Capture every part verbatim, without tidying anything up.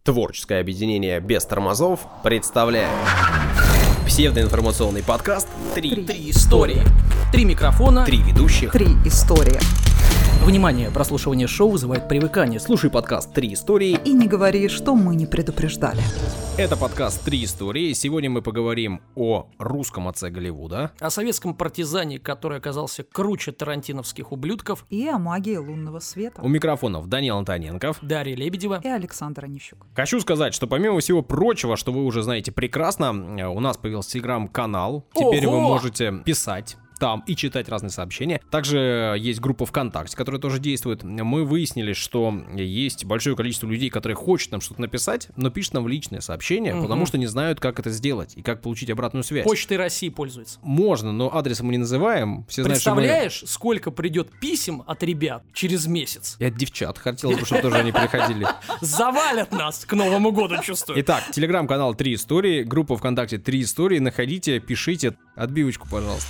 Творческое объединение «Без тормозов» представляет псевдоинформационный подкаст «Три, Три истории». Три микрофона. Три ведущих. Три истории. Внимание, прослушивание шоу вызывает привыкание. Слушай подкаст «Три истории». И не говори, что мы не предупреждали. Это подкаст «Три истории». Сегодня мы поговорим о русском отце Голливуда. О советском партизане, который оказался круче тарантиновских ублюдков. И о магии лунного света. У микрофонов Данил Антоненков, Дарья Лебедева И Александр Онищук. Хочу сказать, что помимо всего прочего, что вы уже знаете прекрасно, у нас появился телеграм-канал. Теперь Ого! вы можете писать там и читать разные сообщения. Также есть группа ВКонтакте, которая тоже действует. Мы выяснили, что есть большое количество людей, которые хотят нам что-то написать, но пишут нам в личное сообщение, угу. потому что не знают, как это сделать и как получить обратную связь. Почтой России пользуется. Можно, но адрес мы не называем. Все знают, что мы... Представляешь, сколько придет писем от ребят через месяц? Я от девчат хотел бы, чтобы тоже они приходили. Завалят нас к Новому году, чувствую. Итак, телеграм-канал «Три истории», группа ВКонтакте «Три истории». Находите, пишите. Отбивочку, пожалуйста.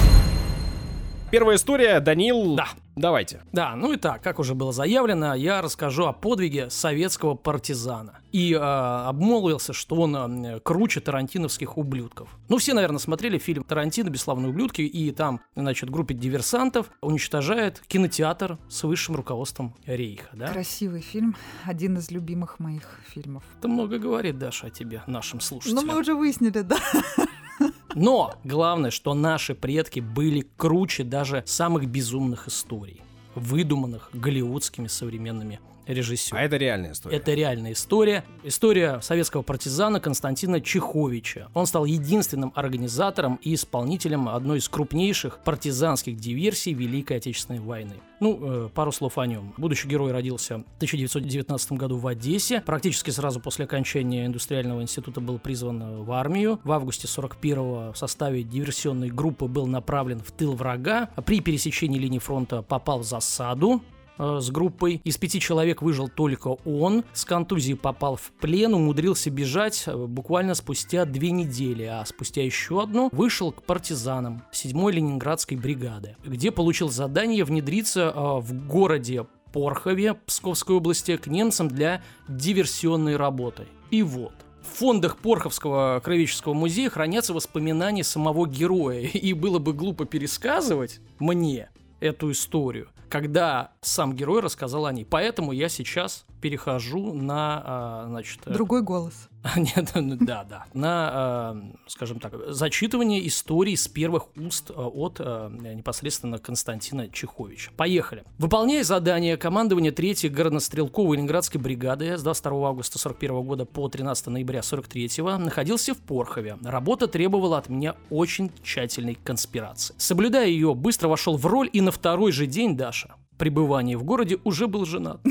Первая история, Данил. Да. Давайте. Да, ну и так, как уже было заявлено, я расскажу о подвиге советского партизана. И э, обмолвился, что он э, круче тарантиновских ублюдков. Ну, все, наверное, смотрели фильм «Тарантино. Бесславные ублюдки», и там, значит, группа диверсантов уничтожает кинотеатр с высшим руководством Рейха, да? Красивый фильм, один из любимых моих фильмов. Это много говорит, Даша, о тебе, нашим слушателям. Ну, мы уже выяснили, да. Но главное, что наши предки были круче даже самых безумных историй, выдуманных голливудскими современными режиссерами. А это реальная история. Это реальная история. История советского партизана Константина Чеховича. Он стал единственным организатором и исполнителем одной из крупнейших партизанских диверсий Великой Отечественной войны. Ну, э, пару слов о нем. Будущий герой родился в тысяча девятьсот девятнадцатом году в Одессе. Практически сразу после окончания индустриального института был призван в армию. В августе сорок первого в составе диверсионной группы был направлен в тыл врага. При пересечении линии фронта попал в засаду с группой. Из пяти человек выжил только он. С контузией попал в плен, умудрился бежать буквально спустя две недели, а спустя еще одну вышел к партизанам седьмой Ленинградской бригады, где получил задание внедриться в городе Порхове Псковской области к немцам для диверсионной работы. И вот. В фондах Порховского краеведческого музея хранятся воспоминания самого героя, и было бы глупо пересказывать мне эту историю, когда сам герой рассказал о ней. Поэтому я сейчас перехожу на, а, значит... Другой голос. Нет, да, да. На, а, скажем так, зачитывание истории с первых уст от а, непосредственно Константина Чеховича. Поехали. Выполняя задание командования третьей горнострелковой Ленинградской бригады с двадцать второго августа сорок первого года по тринадцатого ноября сорок третьего находился в Порхове. Работа требовала от меня очень тщательной конспирации. Соблюдая ее, быстро вошел в роль, и на второй же день, Даша, пребывания в городе уже был женат.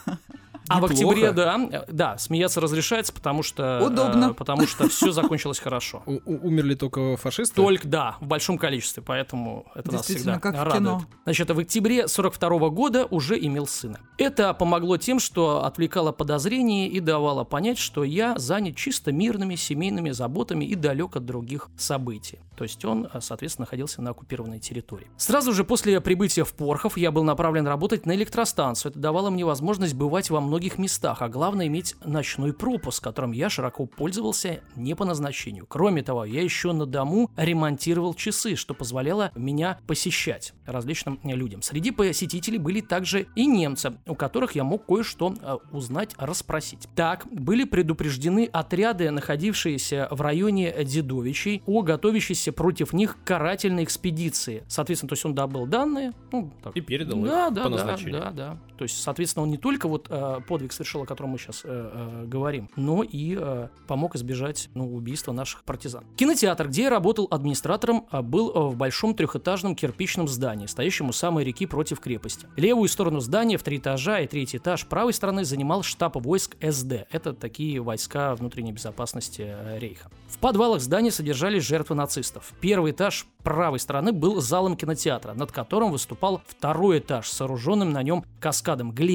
А Неплохо. в октябре, да, да, смеяться разрешается, потому что... Удобно. Э, потому что все закончилось хорошо. У- у- умерли только фашисты? Только, да, в большом количестве, поэтому это нас Действительно, всегда как в радует. кино. Значит, в октябре сорок второго года уже имел сына. Это помогло тем, что отвлекало подозрения и давало понять, что я занят чисто мирными семейными заботами и далек от других событий. То есть он, соответственно, находился на оккупированной территории. Сразу же после прибытия в Порхов я был направлен работать на электростанцию. Это давало мне возможность бывать во многих местах, а главное иметь ночной пропуск, которым я широко пользовался не по назначению. Кроме того, я еще на дому ремонтировал часы, что позволяло меня посещать различным людям. Среди посетителей были также и немцы, у которых я мог кое-что э, узнать, расспросить. Так, были предупреждены отряды, находившиеся в районе Дедовичей, о готовящейся против них карательной экспедиции. Соответственно, то есть он добыл данные. Ну, так. И передал да, их да, по да, назначению. Да, да. То есть, соответственно, он не только вот э, подвиг совершил, о котором мы сейчас э, э, говорим, но и э, помог избежать ну, убийства наших партизан. Кинотеатр, где я работал администратором, был в большом трехэтажном кирпичном здании, стоящем у самой реки против крепости. Левую сторону здания в три этажа и третий этаж правой стороны занимал штаб войск эс дэ. Это такие войска внутренней безопасности Рейха. В подвалах здания содержались жертвы нацистов. Первый этаж правой стороны был залом кинотеатра, над которым выступал второй этаж с сооруженным на нем каскадом галереей.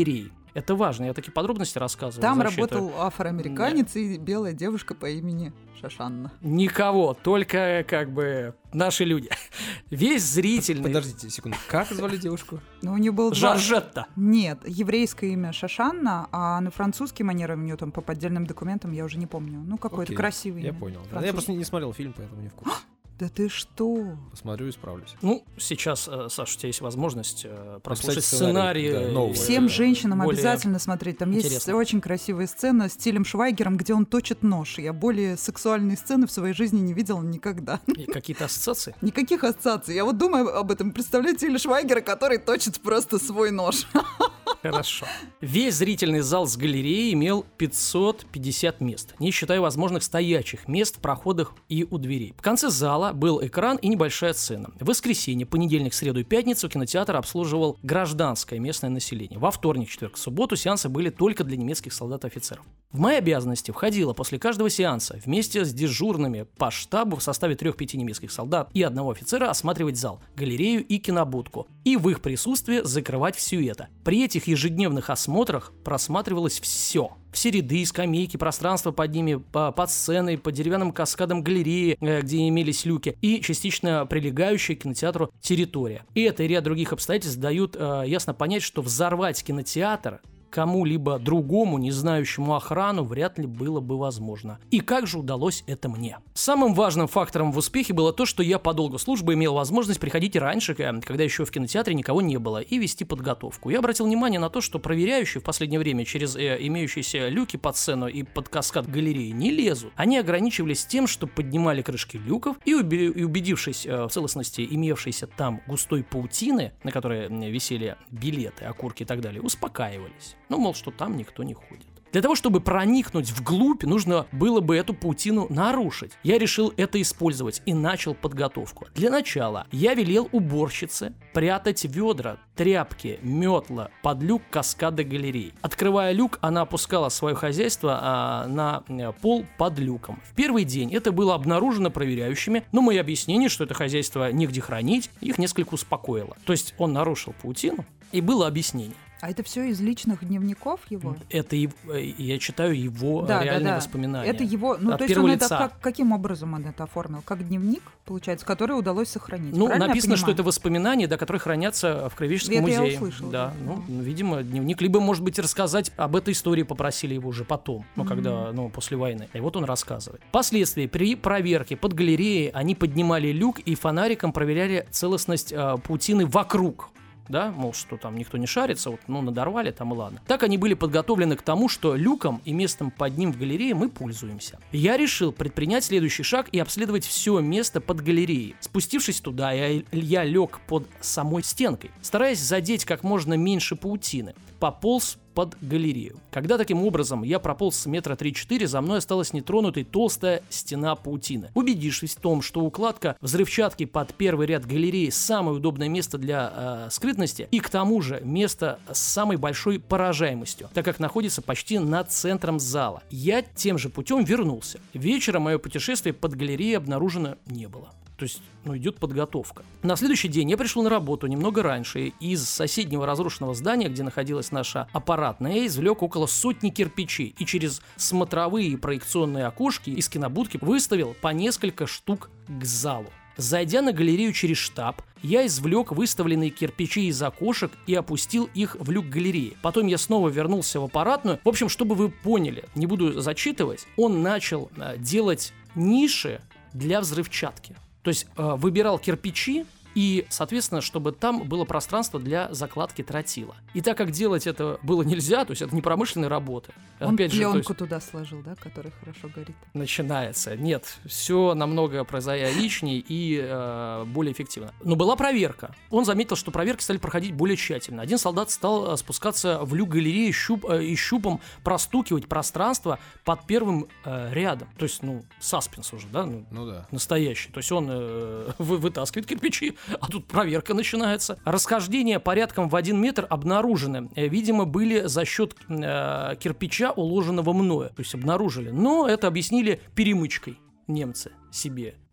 Это важно, я такие подробности рассказываю. Там защиту. работал афроамериканец и белая девушка по имени Шошанна. Никого, только как бы наши люди. Весь зрительный... Подождите секунду, как звали девушку? Ну, у нее был... Жоржетта. Нет, еврейское имя Шошанна, а на французский манер у нее там по поддельным документам, я уже не помню. Ну, какое-то Окей, красивое я имя. понял. Француз. Я просто не смотрел фильм, поэтому не в курсе. Да ты что? Посмотрю и справлюсь. Ну, сейчас, э, Саша, у тебя есть возможность э, прослушать Написать сценарий, сценарий. да, новый. Всем э, женщинам более обязательно смотреть. Там есть интересно. очень красивая сцена с Тилем Швайгером, где он точит нож. Я более сексуальной сцены в своей жизни не видела никогда. И какие-то ассоциации? Никаких ассоциаций. Я вот думаю об этом. Представляю Тиля Швайгера, который точит просто свой нож. Хорошо. Весь зрительный зал с галереей имел пятьсот пятьдесят мест, не считая возможных стоячих мест в проходах и у дверей. В конце зала был экран и небольшая сцена. В воскресенье, понедельник, среду и пятницу кинотеатр обслуживал гражданское местное население. Во вторник, четверг, субботу сеансы были только для немецких солдат и офицеров. В мои обязанности входило после каждого сеанса вместе с дежурными по штабу в составе трех-пяти немецких солдат и одного офицера осматривать зал, галерею и кинобудку, и в их присутствии закрывать все это. При этих ежедневных осмотрах просматривалось все. Все ряды, скамейки, пространство под ними, по, под сценой, по деревянным каскадам галереи, э, где имелись люки, и частично прилегающая к кинотеатру территория. И это и ряд других обстоятельств дают э, ясно понять, что взорвать кинотеатр кому-либо другому, не знающему охрану, вряд ли было бы возможно. И как же удалось это мне? Самым важным фактором в успехе было то, что я по долгу службы имел возможность приходить раньше, когда еще в кинотеатре никого не было, и вести подготовку. Я обратил внимание на то, что проверяющие в последнее время через э, имеющиеся люки под сцену и под каскад галереи не лезут. Они ограничивались тем, что поднимали крышки люков и, уби- и убедившись э, в целостности имевшейся там густой паутины, на которой висели билеты, окурки и так далее, успокаивались. Ну, мол, что там никто не ходит. Для того, чтобы проникнуть вглубь, нужно было бы эту паутину нарушить. Я решил это использовать и начал подготовку. Для начала я велел уборщице прятать ведра, тряпки, метла под люк каскада галереи. Открывая люк, она опускала свое хозяйство а, на пол под люком. В первый день это было обнаружено проверяющими, но мои объяснения, что это хозяйство негде хранить, их несколько успокоило. То есть он нарушил паутину, и было объяснение. А это все из личных дневников его? Это его, я читаю его Да, реальные да, да. воспоминания. Это его, ну от то есть первого он лица. это как, каким образом он это оформил? Как дневник, получается, который удалось сохранить? Ну, Правильно я написано, что понимаю? это воспоминания, да, которые хранятся в Краеведческом Это я музее. услышала, Да, да. ну, ну, видимо, дневник. Либо, может быть, рассказать об этой истории попросили его уже потом, ну, Мгм. когда, ну, после войны. И вот он рассказывает. Впоследствии при проверке под галереей они поднимали люк и фонариком проверяли целостность э, паутины вокруг. Да, мол, что там никто не шарится, вот, ну, надорвали там и ладно. Так они были подготовлены к тому, что люком и местом под ним в галерее мы пользуемся. Я решил предпринять следующий шаг и обследовать все место под галереей. Спустившись туда, я, я лег под самой стенкой, стараясь задеть как можно меньше паутины. Пополз под галерею. Когда таким образом я прополз с метра три-четыре, за мной осталась нетронутой толстая стена паутины. Убедившись в том, что укладка взрывчатки под первый ряд галереи самое удобное место для э, скрытности, и к тому же место с самой большой поражаемостью, так как находится почти над центром зала, я тем же путем вернулся. Вечером мое путешествие под галереей обнаружено не было. То есть, ну, идет подготовка. На следующий день я пришел на работу немного раньше и из соседнего разрушенного здания, где находилась наша аппаратная, я извлек около сотни кирпичей и через смотровые и проекционные окошки из кинобудки выставил по несколько штук к залу. Зайдя на галерею через штаб, я извлек выставленные кирпичи из окошек и опустил их в люк галереи. Потом я снова вернулся в аппаратную. В общем, чтобы вы поняли, не буду зачитывать, он начал э, делать ниши для взрывчатки. То есть э, выбирал кирпичи и, соответственно, чтобы там было пространство для закладки тротила. И так как делать это было нельзя, то есть это не промышленные работы. Он Опять же, то пленку есть туда сложил, да, который хорошо горит. начинается. Нет, все намного прозаичнее и э, более эффективно. Но была проверка. Он заметил, что проверки стали проходить более тщательно. Один солдат стал спускаться в люк галереи щуп, э, и щупом простукивать пространство под первым э, рядом. То есть, ну, саспенс уже, да? Ну, Ну да. настоящий. То есть он э, вы, вытаскивает кирпичи, а тут проверка начинается. Расхождения порядком в один метр обнаружены. Э, видимо, были за счет э, кирпича, уложенного мною. То есть обнаружили. Но это объяснили перемычкой немцы себе.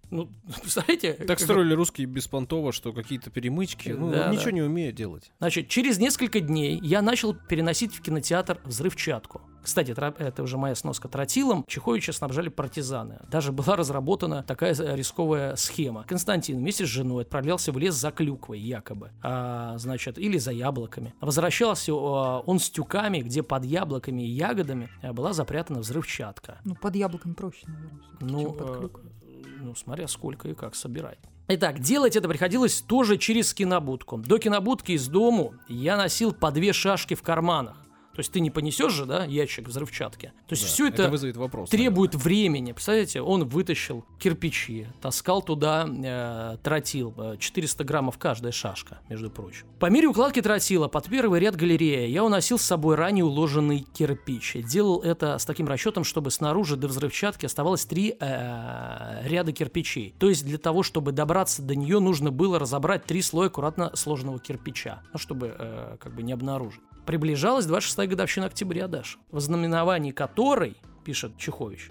Ну, представляете? Так строили русские беспонтово, что какие-то перемычки, ну, Да, ничего да. не умеют делать. Значит, через несколько дней я начал переносить в кинотеатр взрывчатку. Кстати, тра- это уже моя сноска тротилом. Чеховича снабжали партизаны. Даже была разработана такая рисковая схема. Константин вместе с женой отправлялся в лес за клюквой, якобы, а, значит, или за яблоками. Возвращался а, он с тюками, где под яблоками и ягодами а, была запрятана взрывчатка. Ну, под яблоком проще, наверное, все-таки, Ну, чем под э, клюквой. ну, смотря сколько и как собирать. Итак, делать это приходилось тоже через кинобудку. До кинобудки из дому я носил по две шашки в карманах. То есть ты не понесешь же, да, ящик взрывчатки. То есть Да, все это, это вызовет вопрос, требует времени. Представляете, он вытащил кирпичи, таскал туда э, тротил, э, четыреста граммов каждая шашка, между прочим. По мере укладки тротила под первый ряд галереи я уносил с собой ранее уложенный кирпич. Делал это с таким расчетом, чтобы снаружи до взрывчатки оставалось три э, ряда кирпичей. То есть для того, чтобы добраться до нее, нужно было разобрать три слоя аккуратно сложенного кирпича, ну, чтобы э, как бы не обнаружить. Приближалась двадцать шестая годовщина октября, Даша, в знаменовании которой, пишет Чехович,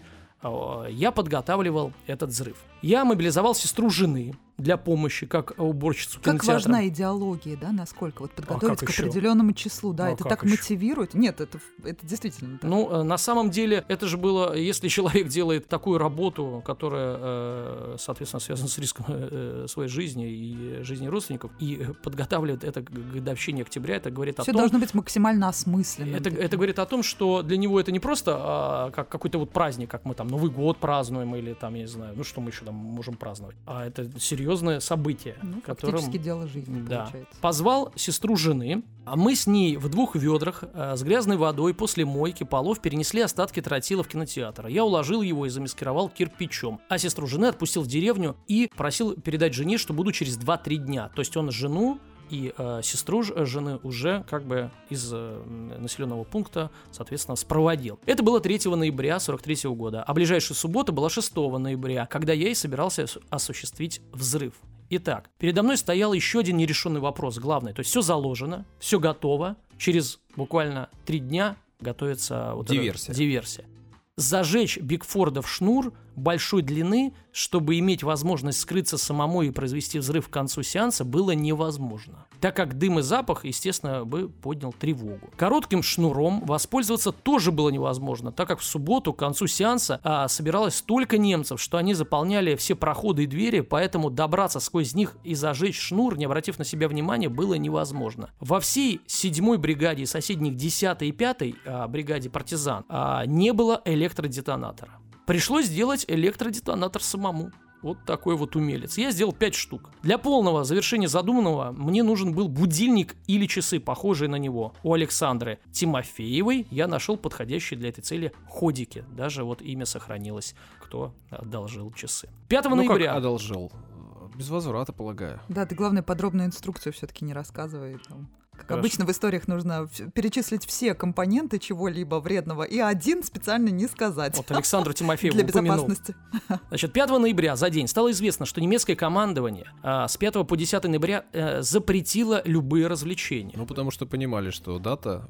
я подготавливал этот взрыв. Я мобилизовал сестру жены для помощи, как уборщицу Как кинотеатра. важна идеология, да, насколько вот подготовиться как к еще? определенному числу, да, А это как так еще? мотивирует. Нет, это, это действительно так. Ну, э, на самом деле, это же было, если человек делает такую работу, которая, э, соответственно, связана с риском э, своей жизни и жизни родственников, и подготавливает это к годовщине октября, это говорит о Все том... должно быть максимально осмысленно. Это, это говорит о том, что для него это не просто а, как какой-то вот праздник, как мы там Новый год празднуем или там, я не знаю, ну что мы еще там можем праздновать, а это серьезное событие, Ну, которым... фактически дело жизни, Да. получается. Позвал сестру жены, а мы с ней в двух ведрах а, с грязной водой после мойки полов перенесли остатки тротила в кинотеатр. Я уложил его и замаскировал кирпичом, а сестру жены отпустил в деревню и просил передать жене, что буду через два-три дня. То есть он жену и э, сестру ж- жены уже как бы из э, населенного пункта, соответственно, спроводил. Это было третьего ноября сорок третьего года, а ближайшая суббота была шестого ноября, когда я и собирался ос- осуществить взрыв. Итак, передо мной стоял еще один нерешенный вопрос, главный. То есть все заложено, все готово, через буквально три дня готовится вот эта Диверсия. диверсия. Зажечь Бигфордов шнур большой длины, чтобы иметь возможность скрыться самому и произвести взрыв к концу сеанса, было невозможно, так как дым и запах, естественно, бы поднял тревогу. Коротким шнуром воспользоваться тоже было невозможно, так как в субботу к концу сеанса а, собиралось столько немцев, что они заполняли все проходы и двери, поэтому добраться сквозь них и зажечь шнур, не обратив на себя внимания, было невозможно. Во всей седьмой бригаде и соседних десятой и пятой а, бригаде партизан а, не было электродетонатора. Пришлось сделать электродетонатор самому. Вот такой вот умелец. Я сделал пять штук. Для полного завершения задуманного мне нужен был будильник или часы, похожие на него. У Александры Тимофеевой я нашел подходящие для этой цели ходики. Даже вот имя сохранилось, кто одолжил часы. пятого Ну ноября. как одолжил? Без возврата, полагаю. Да, ты, главное, подробную инструкцию все-таки не рассказывай. Там. Как Хорошо. обычно в историях нужно вс- перечислить все компоненты чего-либо вредного и один специально не сказать. Вот Александру Тимофееву Для упомянул. безопасности. Значит, пятого ноября за день стало известно, что немецкое командование а, с пятого по десятое ноября а, запретило любые развлечения. Ну, потому что понимали, что дата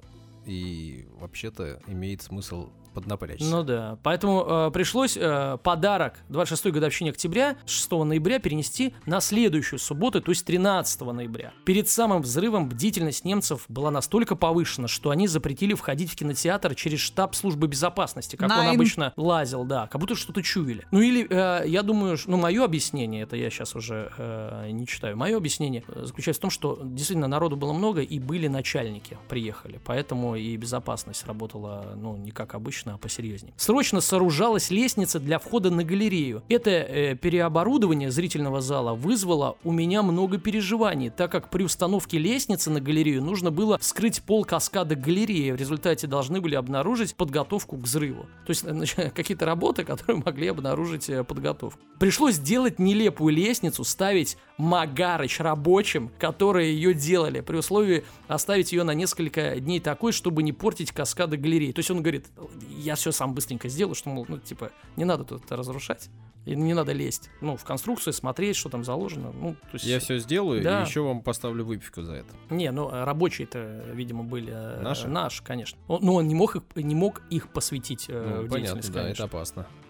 и вообще-то имеет смысл поднапрячься. Ну да, поэтому э, пришлось э, подарок двадцать шестой годовщине октября, шестого ноября перенести на следующую субботу, то есть тринадцатого ноября. Перед самым взрывом бдительность немцев была настолько повышена, что они запретили входить в кинотеатр через штаб службы безопасности, как он Найн. обычно лазил, да, как будто что-то чуяли. Ну или, э, я думаю, ш- ну мое объяснение, это я сейчас уже э, не читаю, мое объяснение э, заключается в том, что действительно народу было много и были начальники, приехали, поэтому и безопасность работала, ну, не как обычно, а посерьезнее. Срочно сооружалась лестница для входа на галерею. Это э, переоборудование зрительного зала вызвало у меня много переживаний, так как при установке лестницы на галерею нужно было вскрыть пол каскада галереи. В результате должны были обнаружить подготовку к взрыву. То есть э, какие-то работы, которые могли обнаружить э, подготовку. Пришлось делать нелепую лестницу, ставить магарыч рабочим, которые ее делали, при условии оставить ее на несколько дней такой, чтобы не портить каскады галереи. То есть он говорит, я все сам быстренько сделаю, что, мол, ну, типа, не надо тут это разрушать, и не надо лезть, ну, в конструкцию, смотреть, что там заложено, ну, то есть... Я все сделаю, Да. и еще вам поставлю выпивку за это. Не, ну, рабочие-то, видимо, были... э, Наши? Наши, конечно. Он- Но он не мог их, не мог их посвятить э, Ну, в понятно, деятельность, да, конечно. это опасно.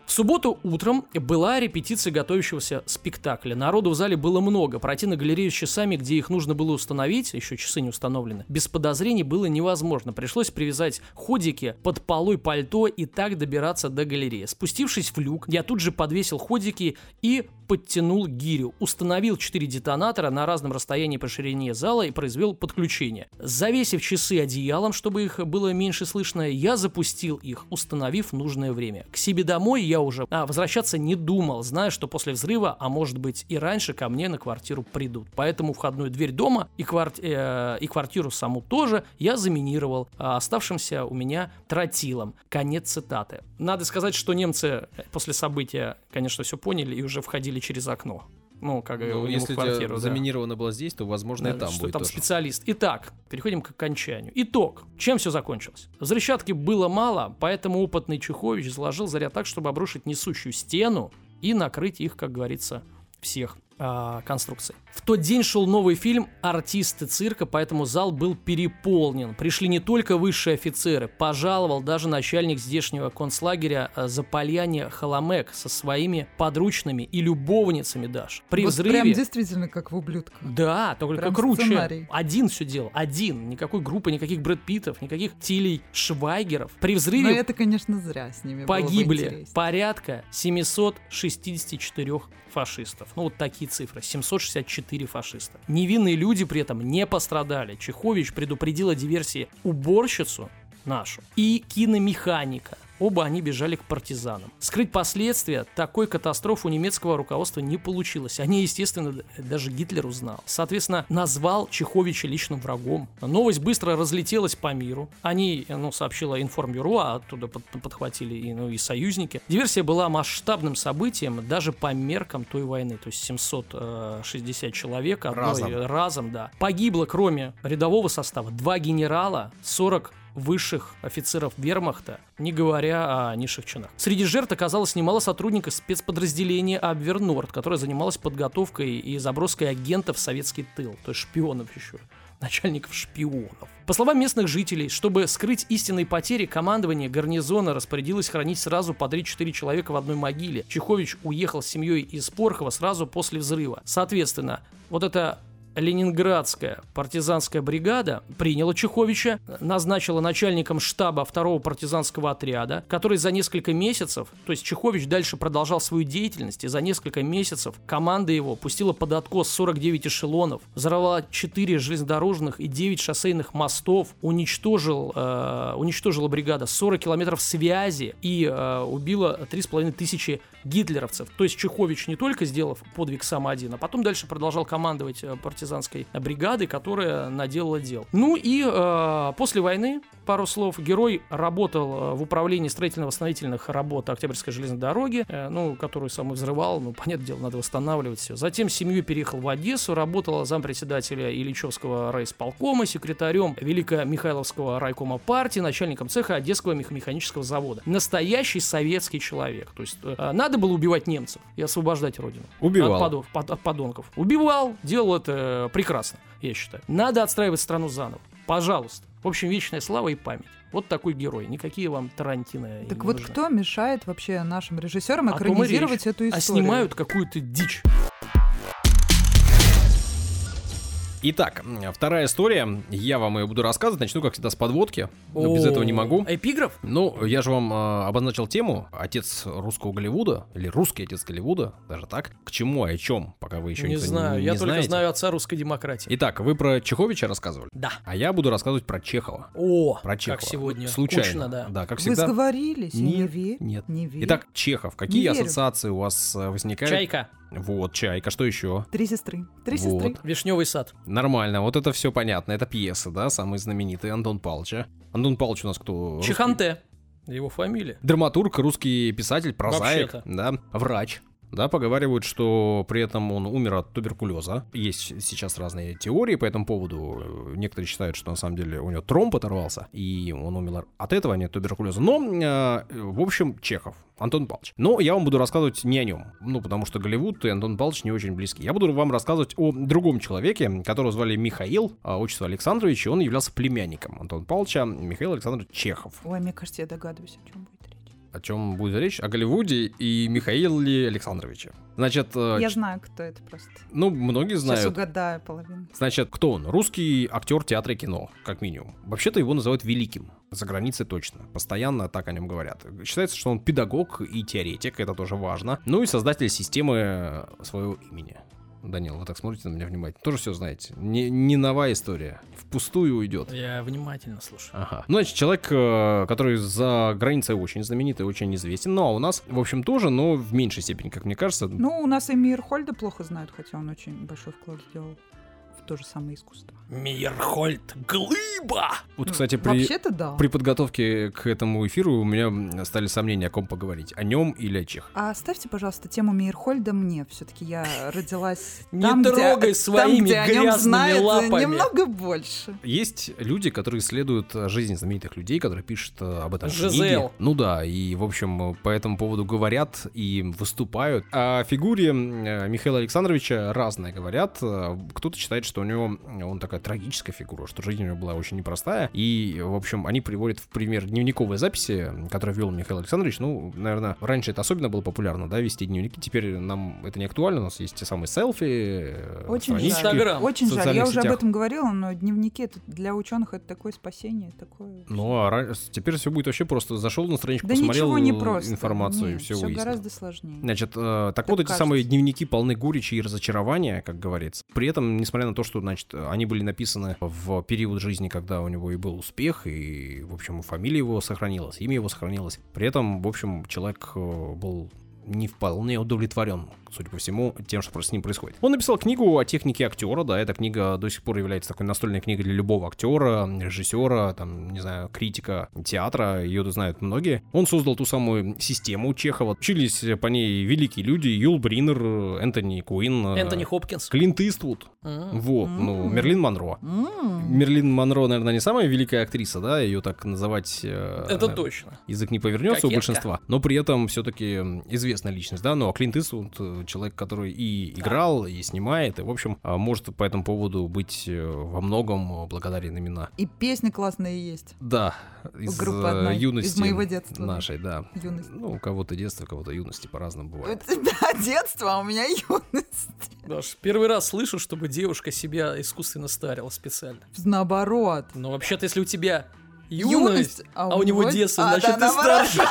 В субботу утром была репетиция готовящегося спектакля. Народу в зале было много. Пройти на галерею с часами, где их нужно было установить, еще часы не установлены, без подозрений было невозможно. Пришлось привязать ходики под полой пальто и так добираться до галереи. Спустившись в люк, я тут же подвесил ходики и подтянул гирю, установил четыре детонатора на разном расстоянии по ширине зала и произвел подключение. Завесив часы одеялом, чтобы их было меньше слышно, я запустил их, установив нужное время. К себе домой я уже а, возвращаться не думал, зная, что после взрыва, а может быть и раньше, ко мне на квартиру придут. Поэтому входную дверь дома и, кварти- э, и квартиру саму тоже я заминировал а, оставшимся у меня тротилом. Конец цитаты. Надо сказать, что немцы после события, конечно, все поняли и уже входили через окно. Ну, как ну, если в квартиру, да. заминировано было здесь, то, возможно, да, и там что будет там тоже. Специалист. Итак, переходим к окончанию. Итог. Чем все закончилось? Взрывчатки было мало, поэтому опытный Чехович заложил заряд так, чтобы обрушить несущую стену и накрыть их, как говорится, всех а, конструкций. В тот день шел новый фильм «Артисты цирка», поэтому зал был переполнен. Пришли не только высшие офицеры, пожаловал даже начальник здешнего концлагеря Запальяне Халамек со своими подручными и любовницами даже. При вот взрыве... Прям действительно как в «Ублюдках». Да, только прям круче. Сценарий. Один все делал, один. Никакой группы, никаких Брэд Питтов, никаких Тилей Швайгеров. При взрыве... Но это, конечно, зря с ними погибли было бы порядка семьсот шестьдесят четыре фашистов. Ну, вот такие цифры. семьсот шестьдесят четыре фашиста. Невинные люди при этом не пострадали. Чехович предупредил о диверсии уборщицу нашу и киномеханика. Оба они бежали к партизанам. Скрыть последствия такой катастрофы у немецкого руководства не получилось. Они, естественно, даже Гитлер узнал. Соответственно, назвал Чеховича личным врагом. Новость быстро разлетелась по миру. Они, ну, сообщила информбюро, а оттуда под, подхватили и, ну, и союзники. Диверсия была масштабным событием даже по меркам той войны. То есть семьсот шестьдесят человек одной, разом. разом, да. Погибло, кроме рядового состава, два генерала, сорок высших офицеров вермахта, не говоря о низших чинах. Среди жертв оказалось немало сотрудников спецподразделения Абвернорд, которое занималось подготовкой и заброской агентов в советский тыл, то есть шпионов еще, начальников шпионов. По словам местных жителей, чтобы скрыть истинные потери, командование гарнизона распорядилось хранить сразу по три-четыре человека в одной могиле. Чехович уехал с семьей из Порхова сразу после взрыва. Соответственно, вот это Ленинградская партизанская бригада приняла Чеховича, назначила начальником штаба второго партизанского отряда, который за несколько месяцев, то есть Чехович дальше продолжал свою деятельность, и за несколько месяцев команда его пустила под откос сорок девять эшелонов, взорвала четыре железнодорожных и девять шоссейных мостов, уничтожил, э, уничтожила бригада сорок километров связи и э, убила три с половиной тысячи гитлеровцев. То есть Чехович не только сделал подвиг сам один, а потом дальше продолжал командовать партизанской бригадой, которая наделала дел. Ну и э, после войны, пару слов, герой работал в управлении строительно-восстановительных работ Октябрьской железной дороги, э, ну, которую сам и взрывал, ну, понятное дело, надо восстанавливать все. Затем с семьей переехал в Одессу, работал зампредседателя Ильичевского райисполкома, секретарем Великомихайловского райкома партии, начальником цеха Одесского механического завода. Настоящий советский человек. То есть э, надо было убивать немцев и освобождать родину. Убивал. От, подов, от, от подонков. Убивал, делал это прекрасно, я считаю. Надо отстраивать страну заново. Пожалуйста. В общем, вечная слава и память. Вот такой герой. Никакие вам Тарантино. Так вот, нужны. Кто мешает вообще нашим режиссерам а экранизировать эту историю? А снимают какую-то дичь. Итак, вторая история. Я вам ее буду рассказывать. Начну, как всегда, с подводки. Но без этого не могу. Эпиграф? Ну, я же вам э, обозначил тему. Отец русского Голливуда, или русский отец Голливуда, даже так. К чему и о чем, пока вы еще не знаю. не, не я знаете. только знаю отца русской демократии. Итак, вы про Чеховича рассказывали? Да. А я буду рассказывать про Чехова. О, про Чехова. как сегодня. Случайно. Кучно, да. Да, как Вы всегда. сговорились? Нет, не верь. Нет. Не верь. Итак, Чехов. Какие Не ассоциации у вас возникают? Чайка. Вот, Чайка. Что еще? Три сестры. Три Вот. сестры. Вишневый сад. Нормально, вот это все понятно. Это пьеса, да, самые знаменитые Антон Павловича. Антон Павлович у нас кто? Чеханте. Его фамилия. Драматург, русский писатель, прозаик, Вообще-то. да, врач. Да, поговаривают, что при этом он умер от туберкулеза. Есть сейчас разные теории по этому поводу. Некоторые считают, что на самом деле у него тромб оторвался, и он умер от этого, а не от туберкулеза. Но, э, в общем, Чехов, Антон Павлович. Но я вам буду рассказывать не о нем. Ну, потому что Голливуд и Антон Павлович не очень близки. Я буду вам рассказывать о другом человеке, которого звали Михаил, а отчество Александрович, и он являлся племянником Антона Павловича, Михаил Александрович Чехов. Ой, мне кажется, я догадываюсь, о чем будет речь. о чем будет речь? О Голливуде и Михаиле Александровиче. Значит... Я ч... знаю, кто это просто. Ну, многие знают. Сейчас угадаю половину. Значит, кто он? Русский актер театра и кино, как минимум. Вообще-то его называют великим. За границей точно. Постоянно так о нем говорят. Считается, что он педагог и теоретик, это тоже важно. Ну и создатель системы своего имени. Данил, вы так смотрите на меня внимательно. Тоже все знаете. Не, не новая история. Впустую уйдет. Я внимательно слушаю. Ага. Ну, значит, человек, который за границей очень знаменитый, очень известен. Ну, а у нас, в общем, тоже, но в меньшей степени, как мне кажется. Ну, у нас и Мейерхольда плохо знают, хотя он очень большой вклад сделал в то же самое искусство. Мейерхольд глыба! Вот, кстати, при, Вообще-то да. при подготовке к этому эфиру у меня стали сомнения, о ком поговорить. О нем или о Чехове. А оставьте, пожалуйста, тему Мейерхольда мне. Все-таки я родилась Не там, трогай где, своими там, где грязными о нем знают лапами. немного больше. Есть люди, которые исследуют жизнь знаменитых людей, которые пишут об этом Жизель. книги. Ну да, и, в общем, по этому поводу говорят и выступают. О фигуре Михаила Александровича разное говорят. Кто-то считает, что у него он такая трагическая фигура, что жизнь у него была очень непростая. И, в общем, они приводят в пример дневниковые записи, которые вел Михаил Александрович. Ну, наверное, раньше это особенно было популярно, да, вести дневники. Теперь нам это не актуально. У нас есть те самые селфи, Очень странички жаль. Инстаграм. Очень в жаль. социальных Я уже сетях. об этом говорила, но дневники это для ученых это такое спасение, такое. Ну, а ра- теперь все будет вообще просто. Зашел на страничку, Да посмотрел ничего не просто. информацию Нет, и все все выяснил. гораздо сложнее. Значит, э, так Так вот, эти кажется. самые дневники полны горечи и разочарования, как говорится. При этом, несмотря на то, что, значит, они были написаны в период жизни, когда у него и был успех, и, в общем, фамилия его сохранилась, имя его сохранилось. При этом, в общем, человек э, был не вполне удовлетворен, судя по всему, тем, что с ним происходит. Он написал книгу о технике актера, да, эта книга до сих пор является такой настольной книгой для любого актера, режиссера, там, не знаю, критика театра, ее знают многие. Он создал ту самую систему Чехова. Учились по ней великие люди: Юл Бриннер, Энтони Куин, Энтони Хопкинс. Клинт Иствуд. М. Вот, ну, Мерлин Монро. Мерлин Монро, наверное, не самая великая актриса, да, ее так называть... э, Это точно. Язык не повернется у Кокетка. большинства, но при этом все-таки известная личность, да, ну а Клинт Иствуд э, человек, который и играл, и снимает, и, в общем, а, может по этому поводу быть э, во многом благодарен именно. И песни классные есть. Да, из группы э, одной, юности из моего детства. нашей, да. Юность. Ну, у кого-то детство, у кого-то юности по-разному У бывает. тебя детство, а у меня юность. Даже первый раз слышу, чтобы девушка себя искусственно старила специально. Наоборот. Но вообще-то, если у тебя юность, а, у него него- детство, А, значит, да, ты наоборот. старше.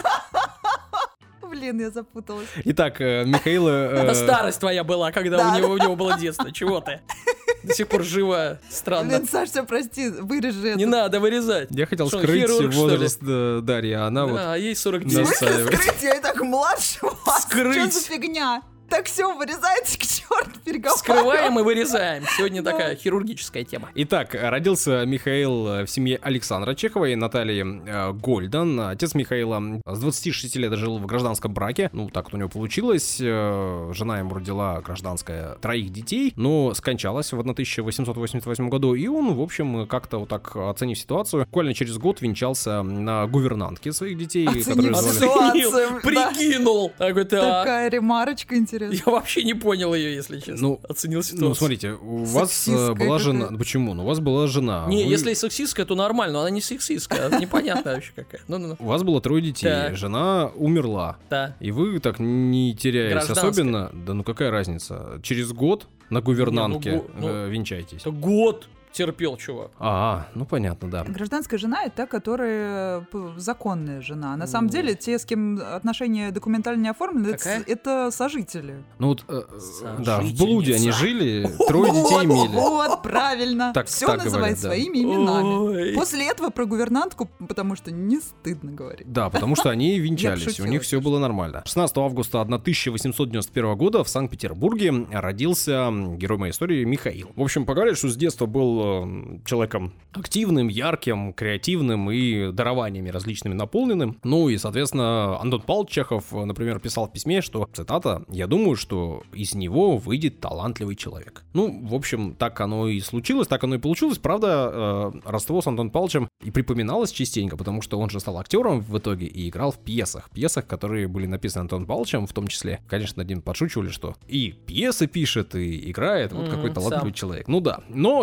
Блин, я запуталась. Итак, э, Михаил... э, Это старость твоя была, когда Да. у него, у него было детство. Чего ты? До сих пор жива. Странно. Блин, Саш, все, прости, вырежи Не это. надо вырезать. Я хотел Что, скрыть хирург, что ли? возраст э, Дарьи, а она вот... Да, а ей сорок В Да. девять. смысле Настаивает. скрыть? Я и так младше вас. Скрыть. Что за фигня? Так все, вырезайте к черту переговаривать. Скрываем и вырезаем. Сегодня Да. такая хирургическая тема. Итак, родился Михаил э, в семье Александра Чехова и Натальи э, Гольден. Отец Михаила с двадцати шести лет жил в гражданском браке. Ну, так вот у него получилось. Э, Жена ему родила гражданская троих детей, но скончалась в тысяча восемьсот восемьдесят восьмом году. И он, в общем, как-то вот так, оценив ситуацию, буквально через год венчался на гувернантке своих детей, Оценив которые звали... ситуацию. Оценил, да. прикинул. Такой, так. Такая ремарочка интересная. Я вообще не понял ее, если честно. Ну, Оценил ситуацию. Ну, смотрите, у вас э, Сексистская была жена... какая-то. Ну, почему? Ну, у вас была жена. Не, Вы- если сексистская, то нормально, но она не сексистская, а непонятно вообще какая. Ну-ну-ну. У вас было трое детей, Так. жена умерла. Да. И вы так не теряясь Гражданская. особенно, да ну какая разница, через год на гувернантке Не, ну, го- э, венчаетесь. Это год терпел, чувак. А, ну понятно, да. Гражданская жена — это та, которая п- законная жена. На самом деле, те, с кем отношения документально не оформлены, это, Какая? с- это сожители. Ну вот, э, э, да, в Сожительница. блуде они жили, трое детей Вот, имели. Вот, правильно. Так- Все так называет говорят, да. своими именами. Ой. После этого про гувернантку, потому что не стыдно говорить. Да, потому что они венчались, у пошутила, них все было нормально. шестнадцатого августа тысяча восемьсот девяносто первого года в Санкт-Петербурге родился герой моей истории Михаил. В общем, поговорят, что с детства был э, человеком активным, ярким, креативным и дарованиями различными наполненным. Ну и, соответственно, Антон Павлович Чехов, например, писал в письме, что, цитата, «Я думаю, что из него выйдет талантливый человек». Ну, в общем, так оно и случилось, так оно и получилось. Правда, э, родство с Антоном Павловичем и припоминалось частенько, потому что он же стал актером в итоге и играл в пьесах. Пьесах, которые были написаны Антоном Павловичем, в том числе. Конечно, над ним подшучивали, что и пьесы пишет, и играет. Вот Мгм, какой талантливый сам. человек. Ну да. Но человек действительно